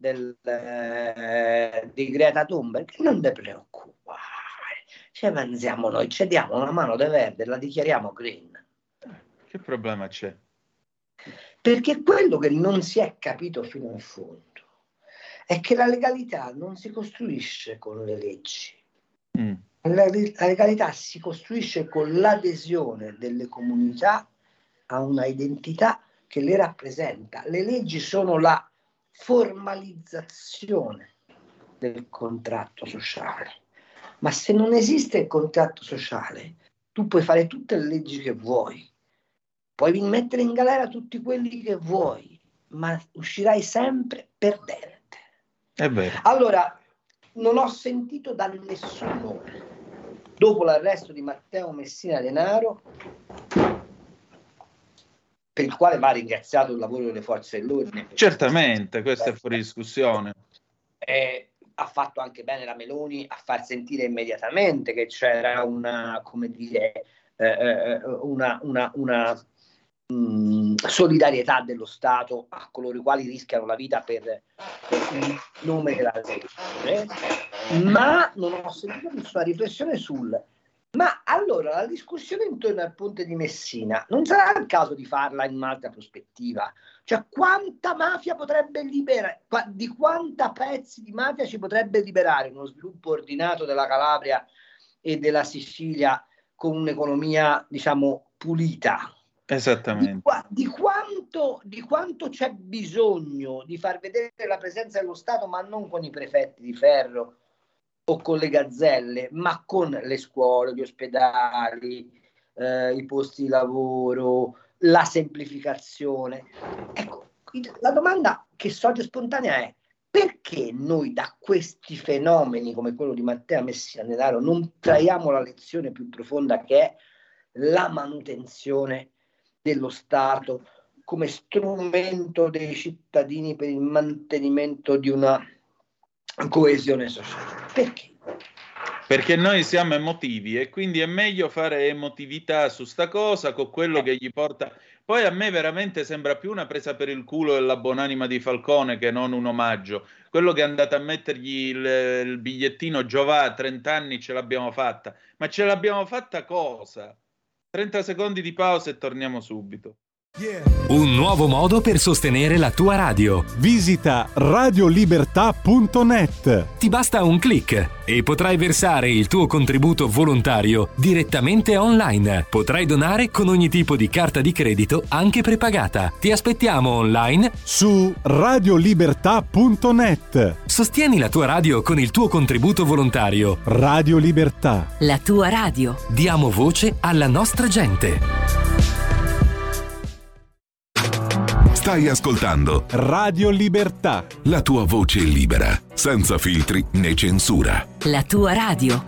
di Greta Thunberg, non ti preoccupare, ci avanziamo noi, ci diamo una mano di verde e la dichiariamo green. Che problema c'è? Perché quello che non si è capito fino in fondo è che la legalità non si costruisce con le leggi. La legalità si costruisce con l'adesione delle comunità a una identità che le rappresenta. Le leggi sono la formalizzazione del contratto sociale. Ma se non esiste il contratto sociale, tu puoi fare tutte le leggi che vuoi. Puoi mettere in galera tutti quelli che vuoi, ma uscirai sempre perdente. È vero. Allora, non ho sentito da nessuno, dopo l'arresto di Matteo Messina Denaro, per il quale va ringraziato il lavoro delle forze dell'ordine. Certamente, questo è fuori discussione. Ha fatto anche bene la Meloni a far sentire immediatamente che c'era una, come dire, una solidarietà dello Stato a coloro i quali rischiano la vita per il nome della legge, ma non ho sentito nessuna riflessione ma allora la discussione intorno al ponte di Messina non sarà il caso di farla in un'altra prospettiva? Cioè, quanta mafia potrebbe liberare, di quanta pezzi di mafia ci potrebbe liberare uno sviluppo ordinato della Calabria e della Sicilia con un'economia, diciamo, pulita? Esattamente. Di quanto c'è bisogno di far vedere la presenza dello Stato, ma non con i prefetti di ferro o con le gazzelle, ma con le scuole, gli ospedali, i posti di lavoro, la semplificazione. Ecco, la domanda che sorge spontanea è: perché noi da questi fenomeni come quello di Matteo Messina Denaro non traiamo la lezione più profonda, che è la manutenzione dello Stato come strumento dei cittadini per il mantenimento di una coesione sociale? Perché? Perché noi siamo emotivi e quindi è meglio fare emotività su sta cosa con quello che gli porta. Poi a me veramente sembra più una presa per il culo della buonanima di Falcone che non un omaggio. Quello che è andato a mettergli il bigliettino Giovà, 30 anni ce l'abbiamo fatta. Ma ce l'abbiamo fatta cosa? 30 secondi di pausa e torniamo subito. Un nuovo modo per sostenere la tua radio. Visita radiolibertà.net. Ti basta un click e potrai versare il tuo contributo volontario direttamente online. Potrai donare con ogni tipo di carta di credito, anche prepagata. Ti aspettiamo online su radiolibertà.net. Sostieni la tua radio con il tuo contributo volontario. Radio Libertà. La tua radio. Diamo voce alla nostra gente. Stai ascoltando Radio Libertà. La tua voce libera, senza filtri né censura. La tua radio.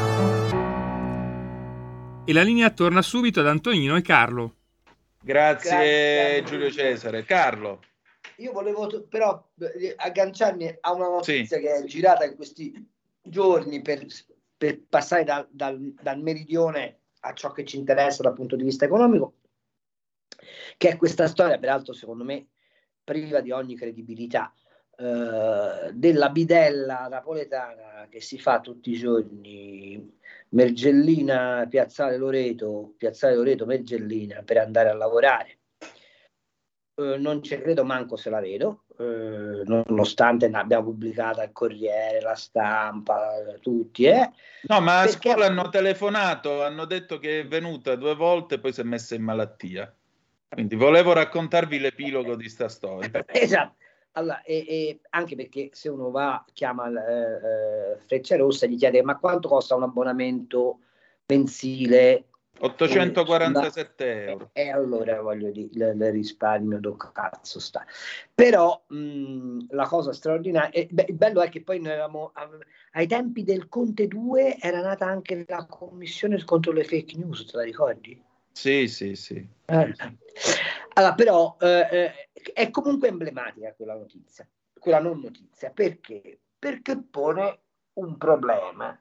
E la linea torna subito ad Antonino e Carlo. Grazie. Giulio Cesare. Carlo. Io volevo però agganciarmi a una notizia che è girata in questi giorni per passare dal meridione a ciò che ci interessa dal punto di vista economico, che è questa storia, peraltro secondo me priva di ogni credibilità, della bidella napoletana che si fa tutti i giorni Mergellina, Piazzale Loreto, Mergellina, per andare a lavorare. Non ci credo manco se la vedo, nonostante ne abbiamo pubblicata il Corriere, la Stampa, tutti. No, ma a scuola hanno telefonato, hanno detto che è venuta 2 volte e poi si è messa in malattia. Quindi volevo raccontarvi l'epilogo di sta storia. Esatto. Allora, anche perché se uno chiama Freccia Rossa, gli chiede: ma quanto costa un abbonamento mensile? 847 euro. E allora voglio dire, il risparmio do cazzo sta. Però la cosa straordinaria, il bello è che poi noi eravamo ai tempi del Conte 2, era nata anche la commissione contro le fake news, te la ricordi? Sì. Allora, però è comunque emblematica quella non notizia. Perché? Perché pone un problema.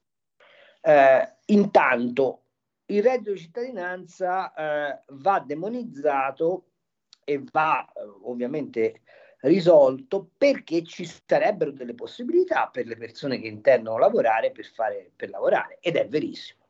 Intanto il reddito di cittadinanza va demonizzato e va ovviamente risolto, perché ci sarebbero delle possibilità per le persone che intendono lavorare per lavorare, ed è verissimo.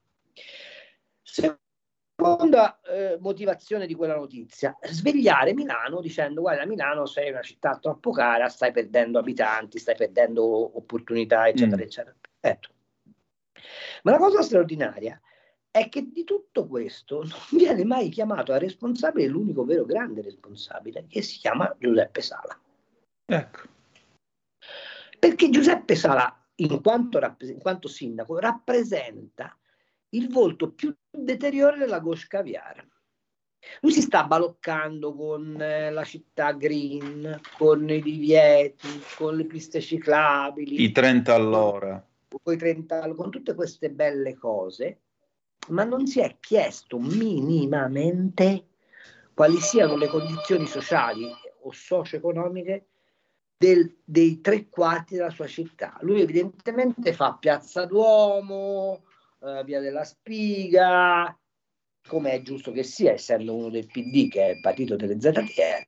Seconda motivazione di quella notizia: svegliare Milano dicendo: guarda, Milano sei una città troppo cara, stai perdendo abitanti, stai perdendo opportunità, eccetera, eccetera. Perfetto. Ma la cosa straordinaria è che di tutto questo non viene mai chiamato a responsabile l'unico vero grande responsabile, che si chiama Giuseppe Sala. Ecco. Perché Giuseppe Sala, in quanto sindaco, rappresenta il volto più deteriore della gauche caviar. Lui si sta baloccando con la città green, con i divieti, con le piste ciclabili, i 30 all'ora, con tutte queste belle cose, ma non si è chiesto minimamente quali siano le condizioni sociali o socio-economiche dei 3/4 della sua città. Lui evidentemente fa Piazza Duomo, Via della Spiga, come è giusto che sia, essendo uno del PD, che è il partito delle ZTL,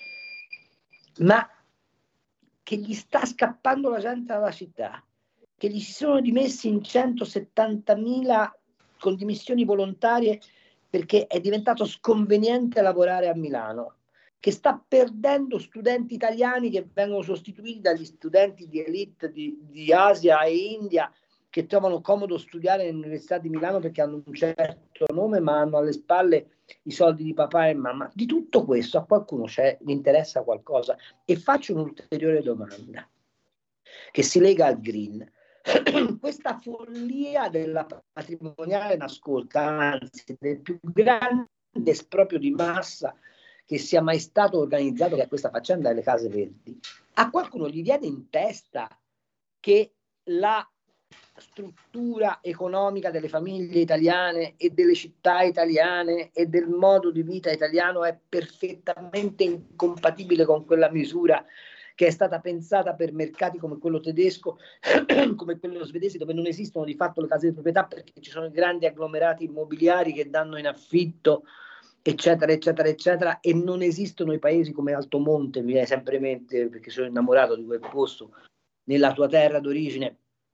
ma che gli sta scappando la gente dalla città, che gli si sono dimessi in 170.000 con dimissioni volontarie perché è diventato sconveniente lavorare a Milano, che sta perdendo studenti italiani che vengono sostituiti dagli studenti di elite di Asia e India, che trovano comodo studiare nell'Università di Milano perché hanno un certo nome ma hanno alle spalle i soldi di papà e mamma. Di tutto questo a qualcuno gli interessa qualcosa? E faccio un'ulteriore domanda che si lega al green. Questa follia della patrimoniale nascosta, anzi del più grande esproprio di massa che sia mai stato organizzato, che è questa faccenda delle case verdi, a qualcuno gli viene in testa che la struttura economica delle famiglie italiane e delle città italiane e del modo di vita italiano è perfettamente incompatibile con quella misura che è stata pensata per mercati come quello tedesco, come quello svedese, dove non esistono di fatto le case di proprietà perché ci sono i grandi agglomerati immobiliari che danno in affitto, eccetera, eccetera, eccetera, e non esistono i paesi come Altomonte, mi viene sempre in mente perché sono innamorato di quel posto, nella tua terra d'origine,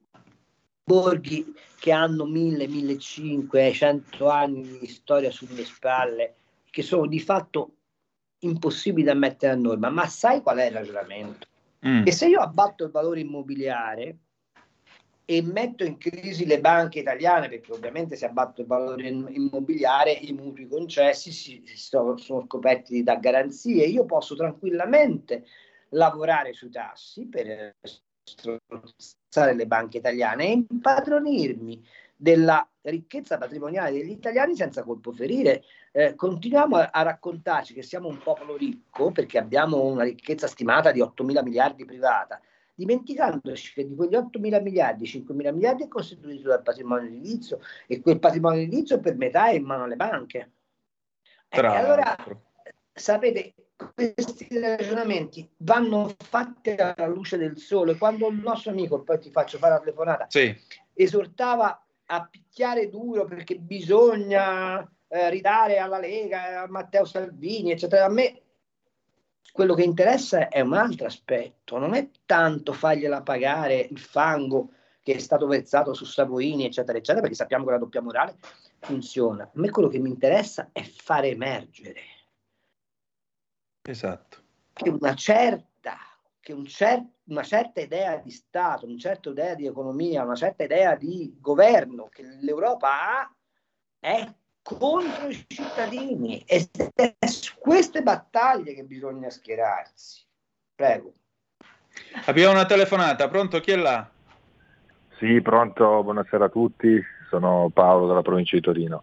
borghi che hanno 1000, 1500, 100 anni di storia sulle spalle, che sono di fatto impossibili da mettere a norma. Ma sai qual è il ragionamento? Che se io abbatto il valore immobiliare e metto in crisi le banche italiane, perché ovviamente se abbatto il valore immobiliare i mutui concessi sono scoperti da garanzie, io posso tranquillamente lavorare sui tassi per strozzare le banche italiane e impadronirmi della ricchezza patrimoniale degli italiani senza colpo ferire. Continuiamo a raccontarci che siamo un popolo ricco perché abbiamo una ricchezza stimata di 8.000 miliardi privata, dimenticandoci che di quegli 8.000 miliardi, 5.000 miliardi è costituito dal patrimonio edilizio e quel patrimonio edilizio per metà è in mano alle banche. Allora, sapete, questi ragionamenti vanno fatti alla luce del sole. Quando il nostro amico, poi ti faccio fare la telefonata, esortava a picchiare duro perché bisogna ridare alla Lega, a Matteo Salvini, eccetera, a me quello che interessa è un altro aspetto, non è tanto fargliela pagare il fango che è stato versato su Savoini, eccetera, eccetera, perché sappiamo che la doppia morale funziona. A me quello che mi interessa è fare emergere che una certa idea di Stato, una certa idea di economia, una certa idea di governo che l'Europa ha è contro i cittadini, e è su queste battaglie che bisogna schierarsi. Prego. Abbiamo una telefonata, pronto? Chi è là? Sì, pronto, buonasera a tutti, sono Paolo dalla provincia di Torino.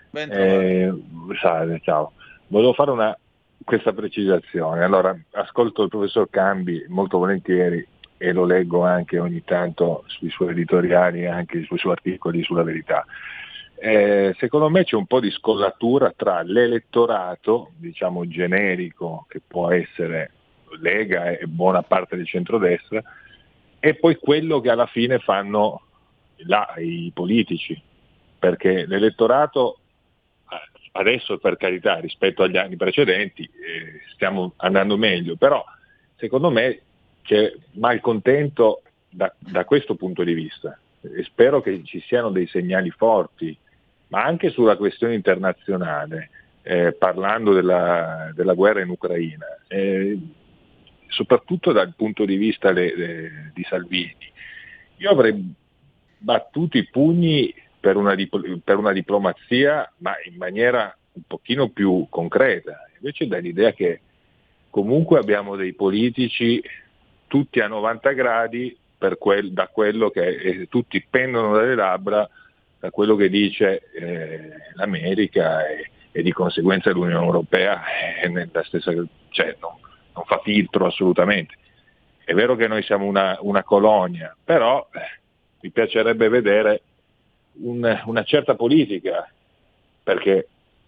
Salve, ciao. Volevo fare questa precisazione. Allora, ascolto il professor Cambi molto volentieri e lo leggo anche ogni tanto sui suoi editoriali e anche sui suoi articoli sulla Verità. Secondo me c'è un po' di scollatura tra l'elettorato, diciamo generico, che può essere Lega e buona parte del centrodestra, e poi quello che alla fine fanno i politici, perché l'elettorato adesso, per carità, rispetto agli anni precedenti stiamo andando meglio, però secondo me c'è malcontento da questo punto di vista e spero che ci siano dei segnali forti, ma anche sulla questione internazionale, parlando della guerra in Ucraina, soprattutto dal punto di vista di Salvini. Io avrei battuto i pugni per una diplomazia, ma in maniera un pochino più concreta. Invece dà l'idea che comunque abbiamo dei politici tutti a 90 gradi da quello che tutti pendono dalle labbra da quello che dice l'America e di conseguenza l'Unione Europea è nella stessa, cioè non fa filtro assolutamente. È vero che noi siamo una colonia, però mi piacerebbe vedere una certa politica, perché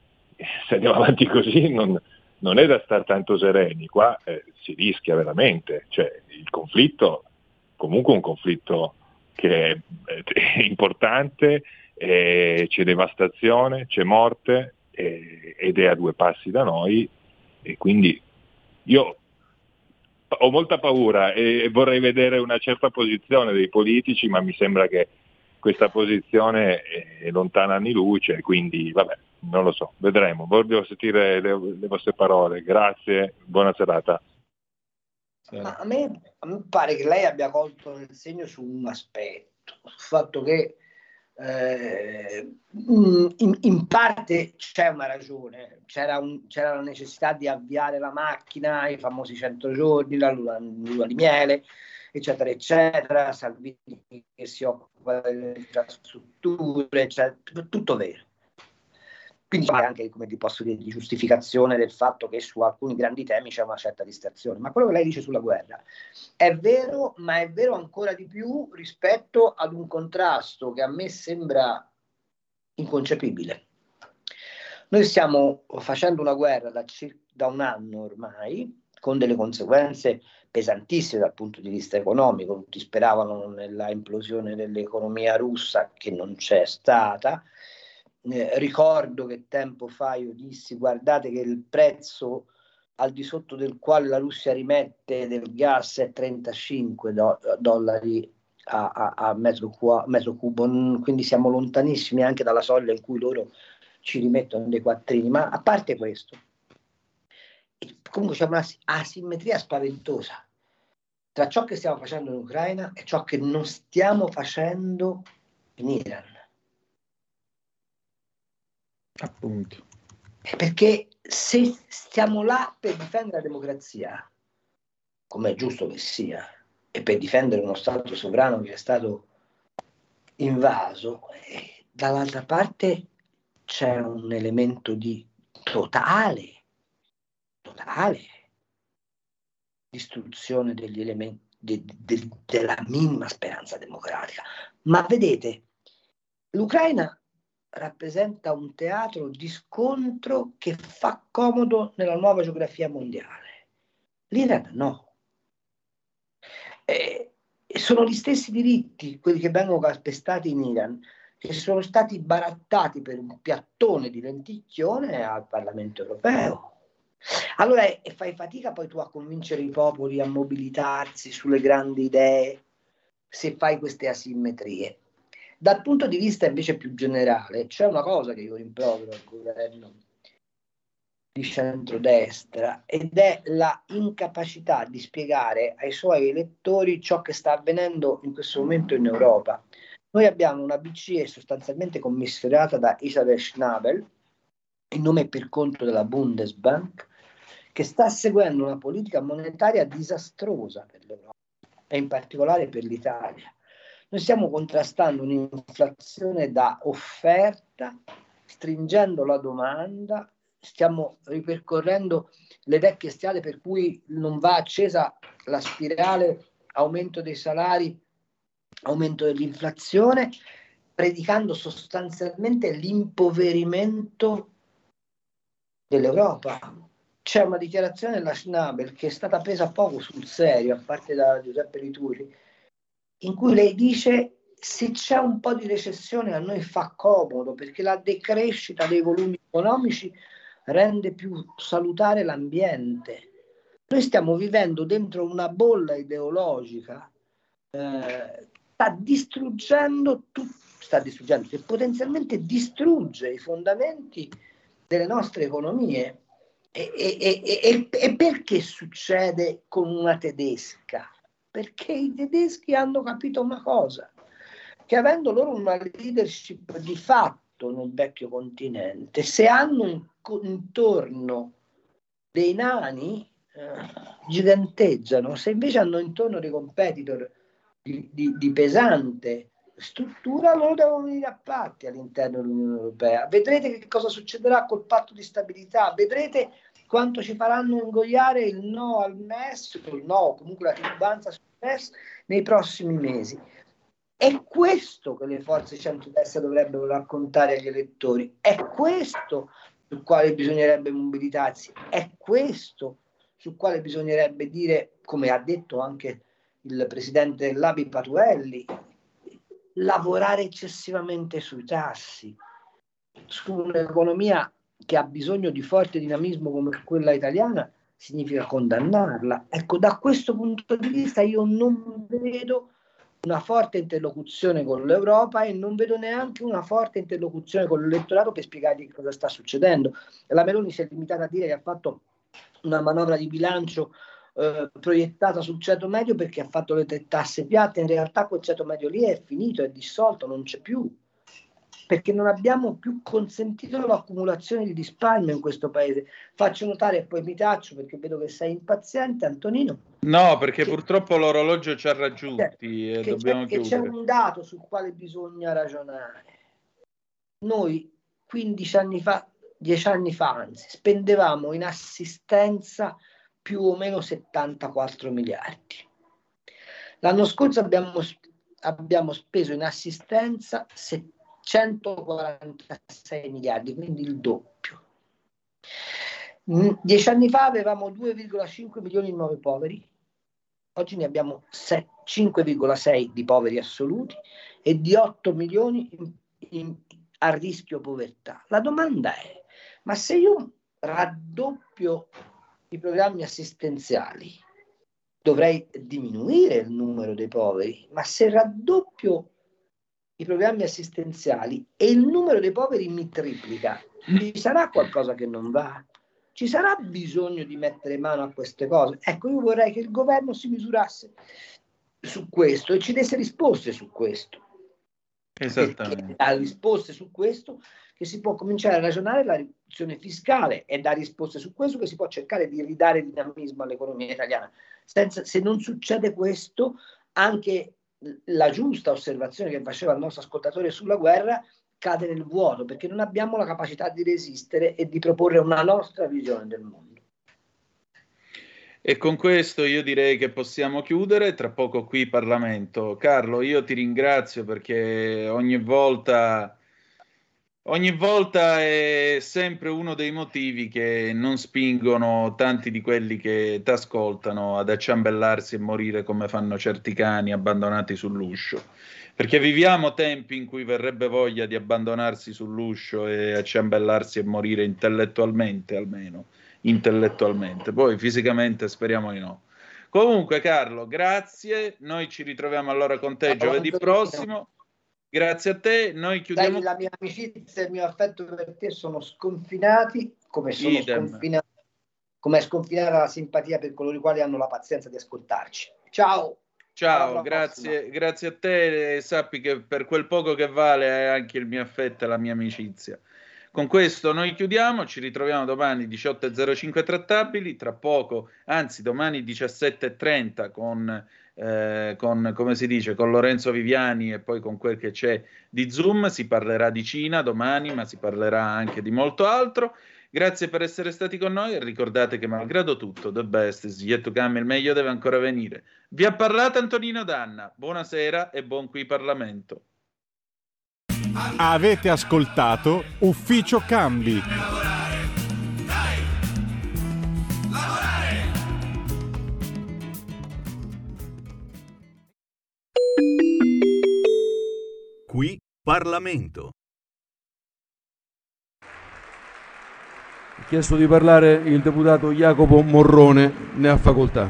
se andiamo avanti così non è da stare tanto sereni, qua si rischia veramente, cioè il conflitto, comunque un conflitto che è importante, c'è devastazione, c'è morte ed è a 2 passi da noi, e quindi io ho molta paura e vorrei vedere una certa posizione dei politici, ma mi sembra che questa posizione è lontana anni luce, quindi vabbè, non lo so, vedremo. Voglio sentire le vostre parole. Grazie, buona serata. Ma a me pare che lei abbia colto nel segno su un aspetto, sul fatto che in parte c'è una ragione, c'era la necessità di avviare la macchina, i famosi 100 giorni, la luna di miele, eccetera, eccetera, Salvini che si occupa delle infrastrutture, eccetera, tutto vero. Quindi c'è anche, come ti posso dire, di giustificazione del fatto che su alcuni grandi temi c'è una certa distrazione. Ma quello che lei dice sulla guerra è vero, ma è vero ancora di più rispetto ad un contrasto che a me sembra inconcepibile. Noi stiamo facendo una guerra da un anno ormai, con delle conseguenze pesantissime dal punto di vista economico. Tutti speravano nella implosione dell'economia russa, che non c'è stata. Ricordo che tempo fa io dissi: guardate che il prezzo al di sotto del quale la Russia rimette del gas è 35 dollari a metro cubo, quindi siamo lontanissimi anche dalla soglia in cui loro ci rimettono dei quattrini. Ma a parte questo, comunque c'è una asimmetria spaventosa tra ciò che stiamo facendo in Ucraina e ciò che non stiamo facendo in Iran. Appunto. Perché se stiamo là per difendere la democrazia, come è giusto che sia, e per difendere uno Stato sovrano che è stato invaso, dall'altra parte c'è un elemento di totale distruzione degli elementi della minima speranza democratica. Ma vedete, l'Ucraina rappresenta un teatro di scontro che fa comodo nella nuova geografia mondiale. L'Iran no. Sono gli stessi diritti, quelli che vengono calpestati in Iran, che sono stati barattati per un piattone di lenticchione al Parlamento europeo. Allora fai fatica poi tu a convincere i popoli a mobilitarsi sulle grandi idee se fai queste asimmetrie. Dal punto di vista invece più generale, c'è una cosa che io rimprovero al governo di centrodestra, ed è la incapacità di spiegare ai suoi elettori ciò che sta avvenendo in questo momento in Europa. Noi abbiamo una BCE sostanzialmente commissariata da Isabel Schnabel, in nome e per conto della Bundesbank, che sta seguendo una politica monetaria disastrosa per l'Europa e in particolare per l'Italia. Noi stiamo contrastando un'inflazione da offerta, stringendo la domanda, stiamo ripercorrendo le vecchie strade per cui non va accesa la spirale aumento dei salari, aumento dell'inflazione, predicando sostanzialmente l'impoverimento dell'Europa. C'è una dichiarazione della Schnabel che è stata presa poco sul serio, a parte da Giuseppe Liturri, in cui lei dice: se c'è un po' di recessione a noi fa comodo, perché la decrescita dei volumi economici rende più salutare l'ambiente. Noi stiamo vivendo dentro una bolla ideologica, sta distruggendo, che potenzialmente distrugge i fondamenti delle nostre economie. E perché succede con una tedesca? Perché i tedeschi hanno capito una cosa, che avendo loro una leadership di fatto nel vecchio continente, se hanno intorno dei nani giganteggiano, se invece hanno intorno dei competitor di pesante struttura, loro devono venire a patti all'interno dell'Unione Europea. Vedrete che cosa succederà col patto di stabilità, vedrete quanto ci faranno ingoiare il no al MES, comunque la titubanza sul MES nei prossimi mesi. È questo che le forze centrodestra dovrebbero raccontare agli elettori, è questo sul quale bisognerebbe mobilitarsi, è questo sul quale bisognerebbe dire, come ha detto anche il presidente dell'ABI Patuelli, lavorare eccessivamente sui tassi, su un'economia che ha bisogno di forte dinamismo come quella italiana, significa condannarla. Ecco, da questo punto di vista io non vedo una forte interlocuzione con l'Europa e non vedo neanche una forte interlocuzione con l'elettorato per spiegargli cosa sta succedendo. La Meloni si è limitata a dire che ha fatto una manovra di bilancio proiettata sul ceto medio perché ha fatto le 3 tasse piatte. In realtà quel ceto medio lì è finito, è dissolto, non c'è più, perché non abbiamo più consentito l'accumulazione di risparmio in questo paese. Faccio notare e poi mi taccio perché vedo che sei impaziente, Antonino. No, perché purtroppo l'orologio ci ha raggiunti e dobbiamo chiudere. C'è un dato sul quale bisogna ragionare. Noi 15 anni fa, 10 anni fa anzi, spendevamo in assistenza più o meno 74 miliardi. L'anno scorso abbiamo speso in assistenza 146 miliardi, quindi il doppio. 10 anni fa avevamo 2,5 milioni di nuovi poveri, oggi ne abbiamo 5,6 di poveri assoluti e di 8 milioni a rischio povertà. La domanda è, ma se io raddoppio i programmi assistenziali, dovrei diminuire il numero dei poveri, ma se raddoppio i programmi assistenziali e il numero dei poveri mi triplica, ci sarà qualcosa che non va? Ci sarà bisogno di mettere mano a queste cose? Ecco, io vorrei che il governo si misurasse su questo e ci desse risposte su questo. Esattamente. Perché da risposte su questo che si può cominciare a ragionare la riduzione fiscale, e da risposte su questo che si può cercare di ridare dinamismo all'economia italiana. Se non succede questo, anche la giusta osservazione che faceva il nostro ascoltatore sulla guerra cade nel vuoto, perché non abbiamo la capacità di resistere e di proporre una nostra visione del mondo. E con questo io direi che possiamo chiudere, tra poco qui Parlamento. Carlo, io ti ringrazio perché ogni volta è sempre uno dei motivi che non spingono tanti di quelli che ti ascoltano ad acciambellarsi e morire come fanno certi cani abbandonati sull'uscio. Perché viviamo tempi in cui verrebbe voglia di abbandonarsi sull'uscio e acciambellarsi e morire intellettualmente, almeno intellettualmente. Poi fisicamente speriamo di no. Comunque Carlo, grazie. Noi ci ritroviamo allora con te giovedì prossimo. Grazie a te, noi chiudiamo. Dai, la mia amicizia e il mio affetto per te sono sconfinati, come è sconfinata la simpatia per coloro i quali hanno la pazienza di ascoltarci. Ciao. Ciao, grazie a te, sappi che per quel poco che vale hai anche il mio affetto e la mia amicizia. Con questo noi chiudiamo, ci ritroviamo domani 18.05 trattabili, tra poco, anzi domani 17.30 con come si dice, con Lorenzo Viviani e poi con quel che c'è di Zoom. Si parlerà di Cina domani, ma si parlerà anche di molto altro. Grazie per essere stati con noi e ricordate che malgrado tutto, the best is yet to come, il meglio deve ancora venire. Vi ha parlato Antonino Danna, buonasera e buon qui Parlamento. Avete ascoltato Ufficio Cambi. Qui Parlamento. Ha chiesto di parlare il deputato Jacopo Morrone, ne ha facoltà.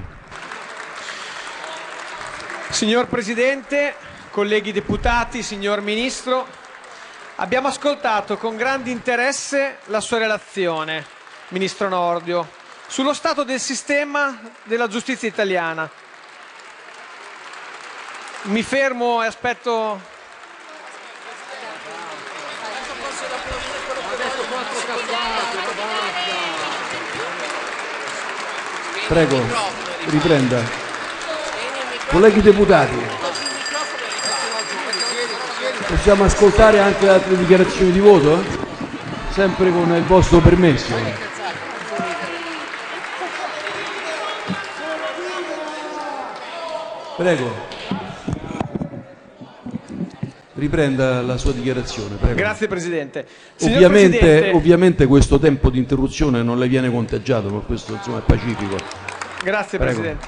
Signor Presidente, colleghi deputati, signor Ministro, abbiamo ascoltato con grande interesse la sua relazione, Ministro Nordio, sullo stato del sistema della giustizia italiana. Mi fermo e aspetto. Prego, riprenda. Colleghi deputati, possiamo ascoltare anche altre dichiarazioni di voto? Sempre con il vostro permesso. Prego. riprenda la sua dichiarazione, prego. Grazie Presidente. Presidente. Ovviamente questo tempo di interruzione non le viene conteggiato, ma questo insomma è pacifico. Grazie Prego. Presidente.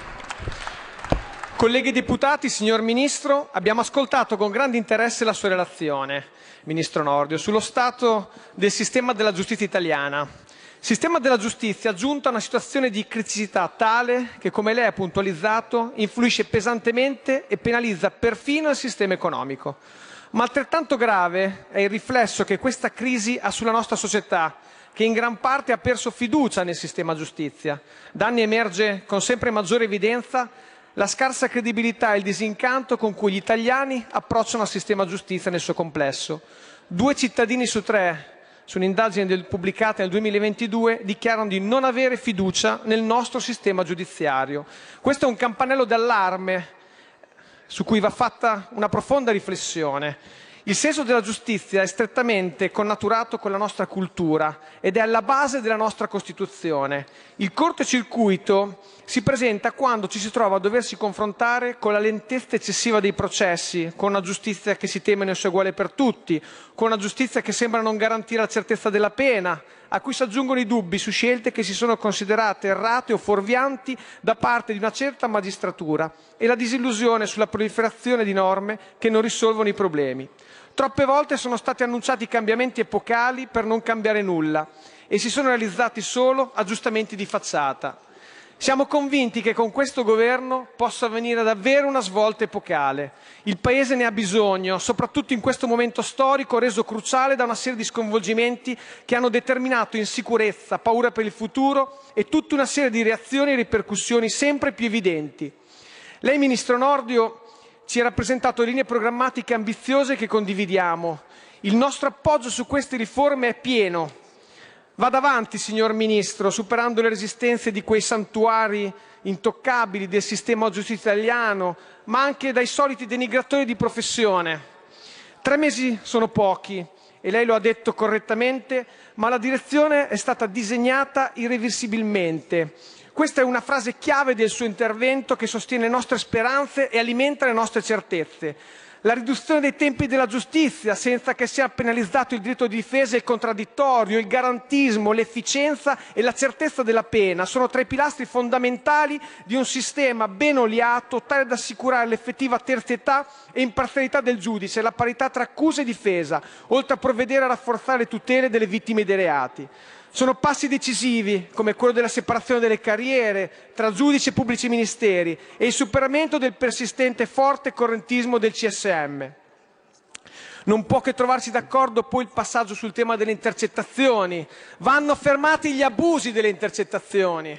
Colleghi deputati, signor Ministro, abbiamo ascoltato con grande interesse la sua relazione, Ministro Nordio, sullo stato del sistema della giustizia italiana. Sistema della giustizia giunto a una situazione di criticità tale che, come lei ha puntualizzato, influisce pesantemente e penalizza perfino il sistema economico. Ma altrettanto grave è il riflesso che questa crisi ha sulla nostra società, che in gran parte ha perso fiducia nel sistema giustizia. Da anni emerge con sempre maggiore evidenza la scarsa credibilità e il disincanto con cui gli italiani approcciano al sistema giustizia nel suo complesso. 2 cittadini su 3, su un'indagine pubblicata nel 2022, dichiarano di non avere fiducia nel nostro sistema giudiziario. Questo è un campanello d'allarme su cui va fatta una profonda riflessione. Il senso della giustizia è strettamente connaturato con la nostra cultura ed è alla base della nostra Costituzione. Il cortocircuito si presenta quando ci si trova a doversi confrontare con la lentezza eccessiva dei processi, con una giustizia che si teme non sia uguale per tutti, con una giustizia che sembra non garantire la certezza della pena, a cui si aggiungono i dubbi su scelte che si sono considerate errate o fuorvianti da parte di una certa magistratura e la disillusione sulla proliferazione di norme che non risolvono i problemi. Troppe volte sono stati annunciati cambiamenti epocali per non cambiare nulla e si sono realizzati solo aggiustamenti di facciata. Siamo convinti che con questo governo possa avvenire davvero una svolta epocale. Il Paese ne ha bisogno, soprattutto in questo momento storico reso cruciale da una serie di sconvolgimenti che hanno determinato insicurezza, paura per il futuro e tutta una serie di reazioni e ripercussioni sempre più evidenti. Lei, Ministro Nordio, ci ha rappresentato linee programmatiche ambiziose che condividiamo. Il nostro appoggio su queste riforme è pieno. Vada avanti, signor Ministro, superando le resistenze di quei santuari intoccabili del sistema giustizia italiano, ma anche dai soliti denigratori di professione. 3 mesi sono pochi, e lei lo ha detto correttamente, ma la direzione è stata disegnata irreversibilmente. Questa è una frase chiave del suo intervento che sostiene le nostre speranze e alimenta le nostre certezze. La riduzione dei tempi della giustizia senza che sia penalizzato il diritto di difesa e il contraddittorio, il garantismo, l'efficienza e la certezza della pena sono tra i pilastri fondamentali di un sistema ben oliato tale da assicurare l'effettiva terzietà e imparzialità del giudice e la parità tra accusa e difesa, oltre a provvedere a rafforzare le tutele delle vittime dei reati. Sono passi decisivi, come quello della separazione delle carriere tra giudici e pubblici ministeri e il superamento del persistente forte correntismo del CSM. Non può che trovarsi d'accordo poi il passaggio sul tema delle intercettazioni. Vanno fermati gli abusi delle intercettazioni.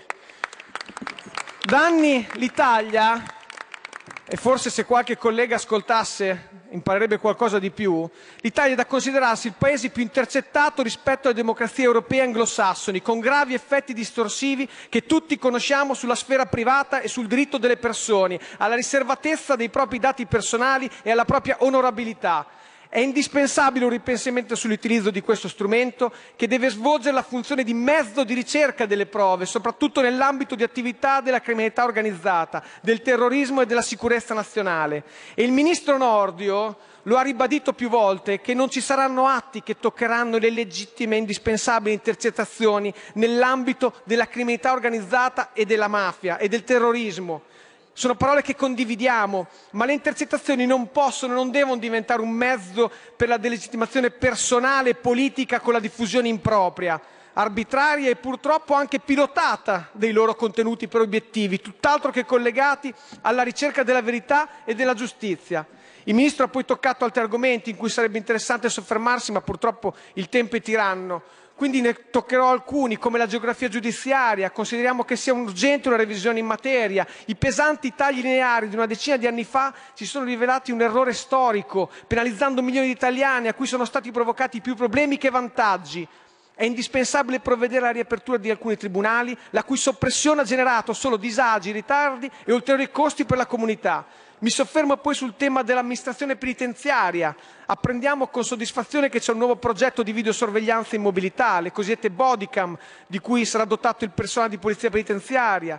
Da anni l'Italia, e forse se qualche collega ascoltasse imparerebbe qualcosa di più, l'Italia è da considerarsi il paese più intercettato rispetto alle democrazie europee anglosassoni, con gravi effetti distorsivi che tutti conosciamo sulla sfera privata e sul diritto delle persone, alla riservatezza dei propri dati personali e alla propria onorabilità. È indispensabile un ripensamento sull'utilizzo di questo strumento che deve svolgere la funzione di mezzo di ricerca delle prove, soprattutto nell'ambito di attività della criminalità organizzata, del terrorismo e della sicurezza nazionale. E il Ministro Nordio lo ha ribadito più volte che non ci saranno atti che toccheranno le legittime e indispensabili intercettazioni nell'ambito della criminalità organizzata e della mafia e del terrorismo. Sono parole che condividiamo, ma le intercettazioni non possono e non devono diventare un mezzo per la delegittimazione personale e politica con la diffusione impropria, arbitraria e purtroppo anche pilotata dei loro contenuti per obiettivi, tutt'altro che collegati alla ricerca della verità e della giustizia. Il Ministro ha poi toccato altri argomenti in cui sarebbe interessante soffermarsi, ma purtroppo il tempo è tiranno. Quindi ne toccherò alcuni, come la geografia giudiziaria. Consideriamo che sia urgente una revisione in materia. I pesanti tagli lineari di una decina di anni fa si sono rivelati un errore storico, penalizzando milioni di italiani a cui sono stati provocati più problemi che vantaggi. È indispensabile provvedere alla riapertura di alcuni tribunali, la cui soppressione ha generato solo disagi, ritardi e ulteriori costi per la comunità. Mi soffermo poi sul tema dell'amministrazione penitenziaria. Apprendiamo con soddisfazione che c'è un nuovo progetto di videosorveglianza in mobilità, le cosiddette bodycam, di cui sarà dotato il personale di polizia penitenziaria.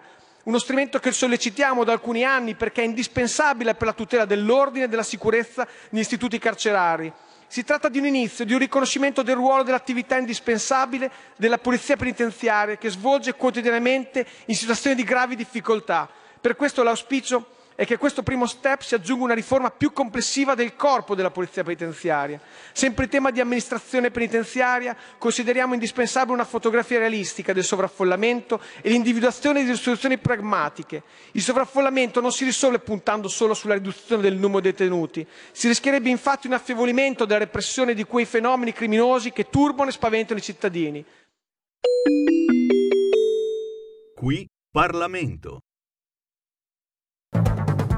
Uno strumento che sollecitiamo da alcuni anni perché è indispensabile per la tutela dell'ordine e della sicurezza negli istituti carcerari. Si tratta di un inizio, di un riconoscimento del ruolo dell'attività indispensabile della polizia penitenziaria che svolge quotidianamente in situazioni di gravi difficoltà. Per questo l'auspicio è che a questo primo step si aggiunga una riforma più complessiva del corpo della polizia penitenziaria. Sempre in tema di amministrazione penitenziaria, consideriamo indispensabile una fotografia realistica del sovraffollamento e l'individuazione di soluzioni pragmatiche. Il sovraffollamento non si risolve puntando solo sulla riduzione del numero dei detenuti. Si rischierebbe infatti un affievolimento della repressione di quei fenomeni criminosi che turbano e spaventano i cittadini. Qui Parlamento.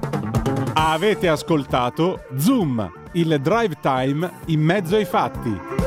Avete ascoltato Zoom, il drive time in mezzo ai fatti.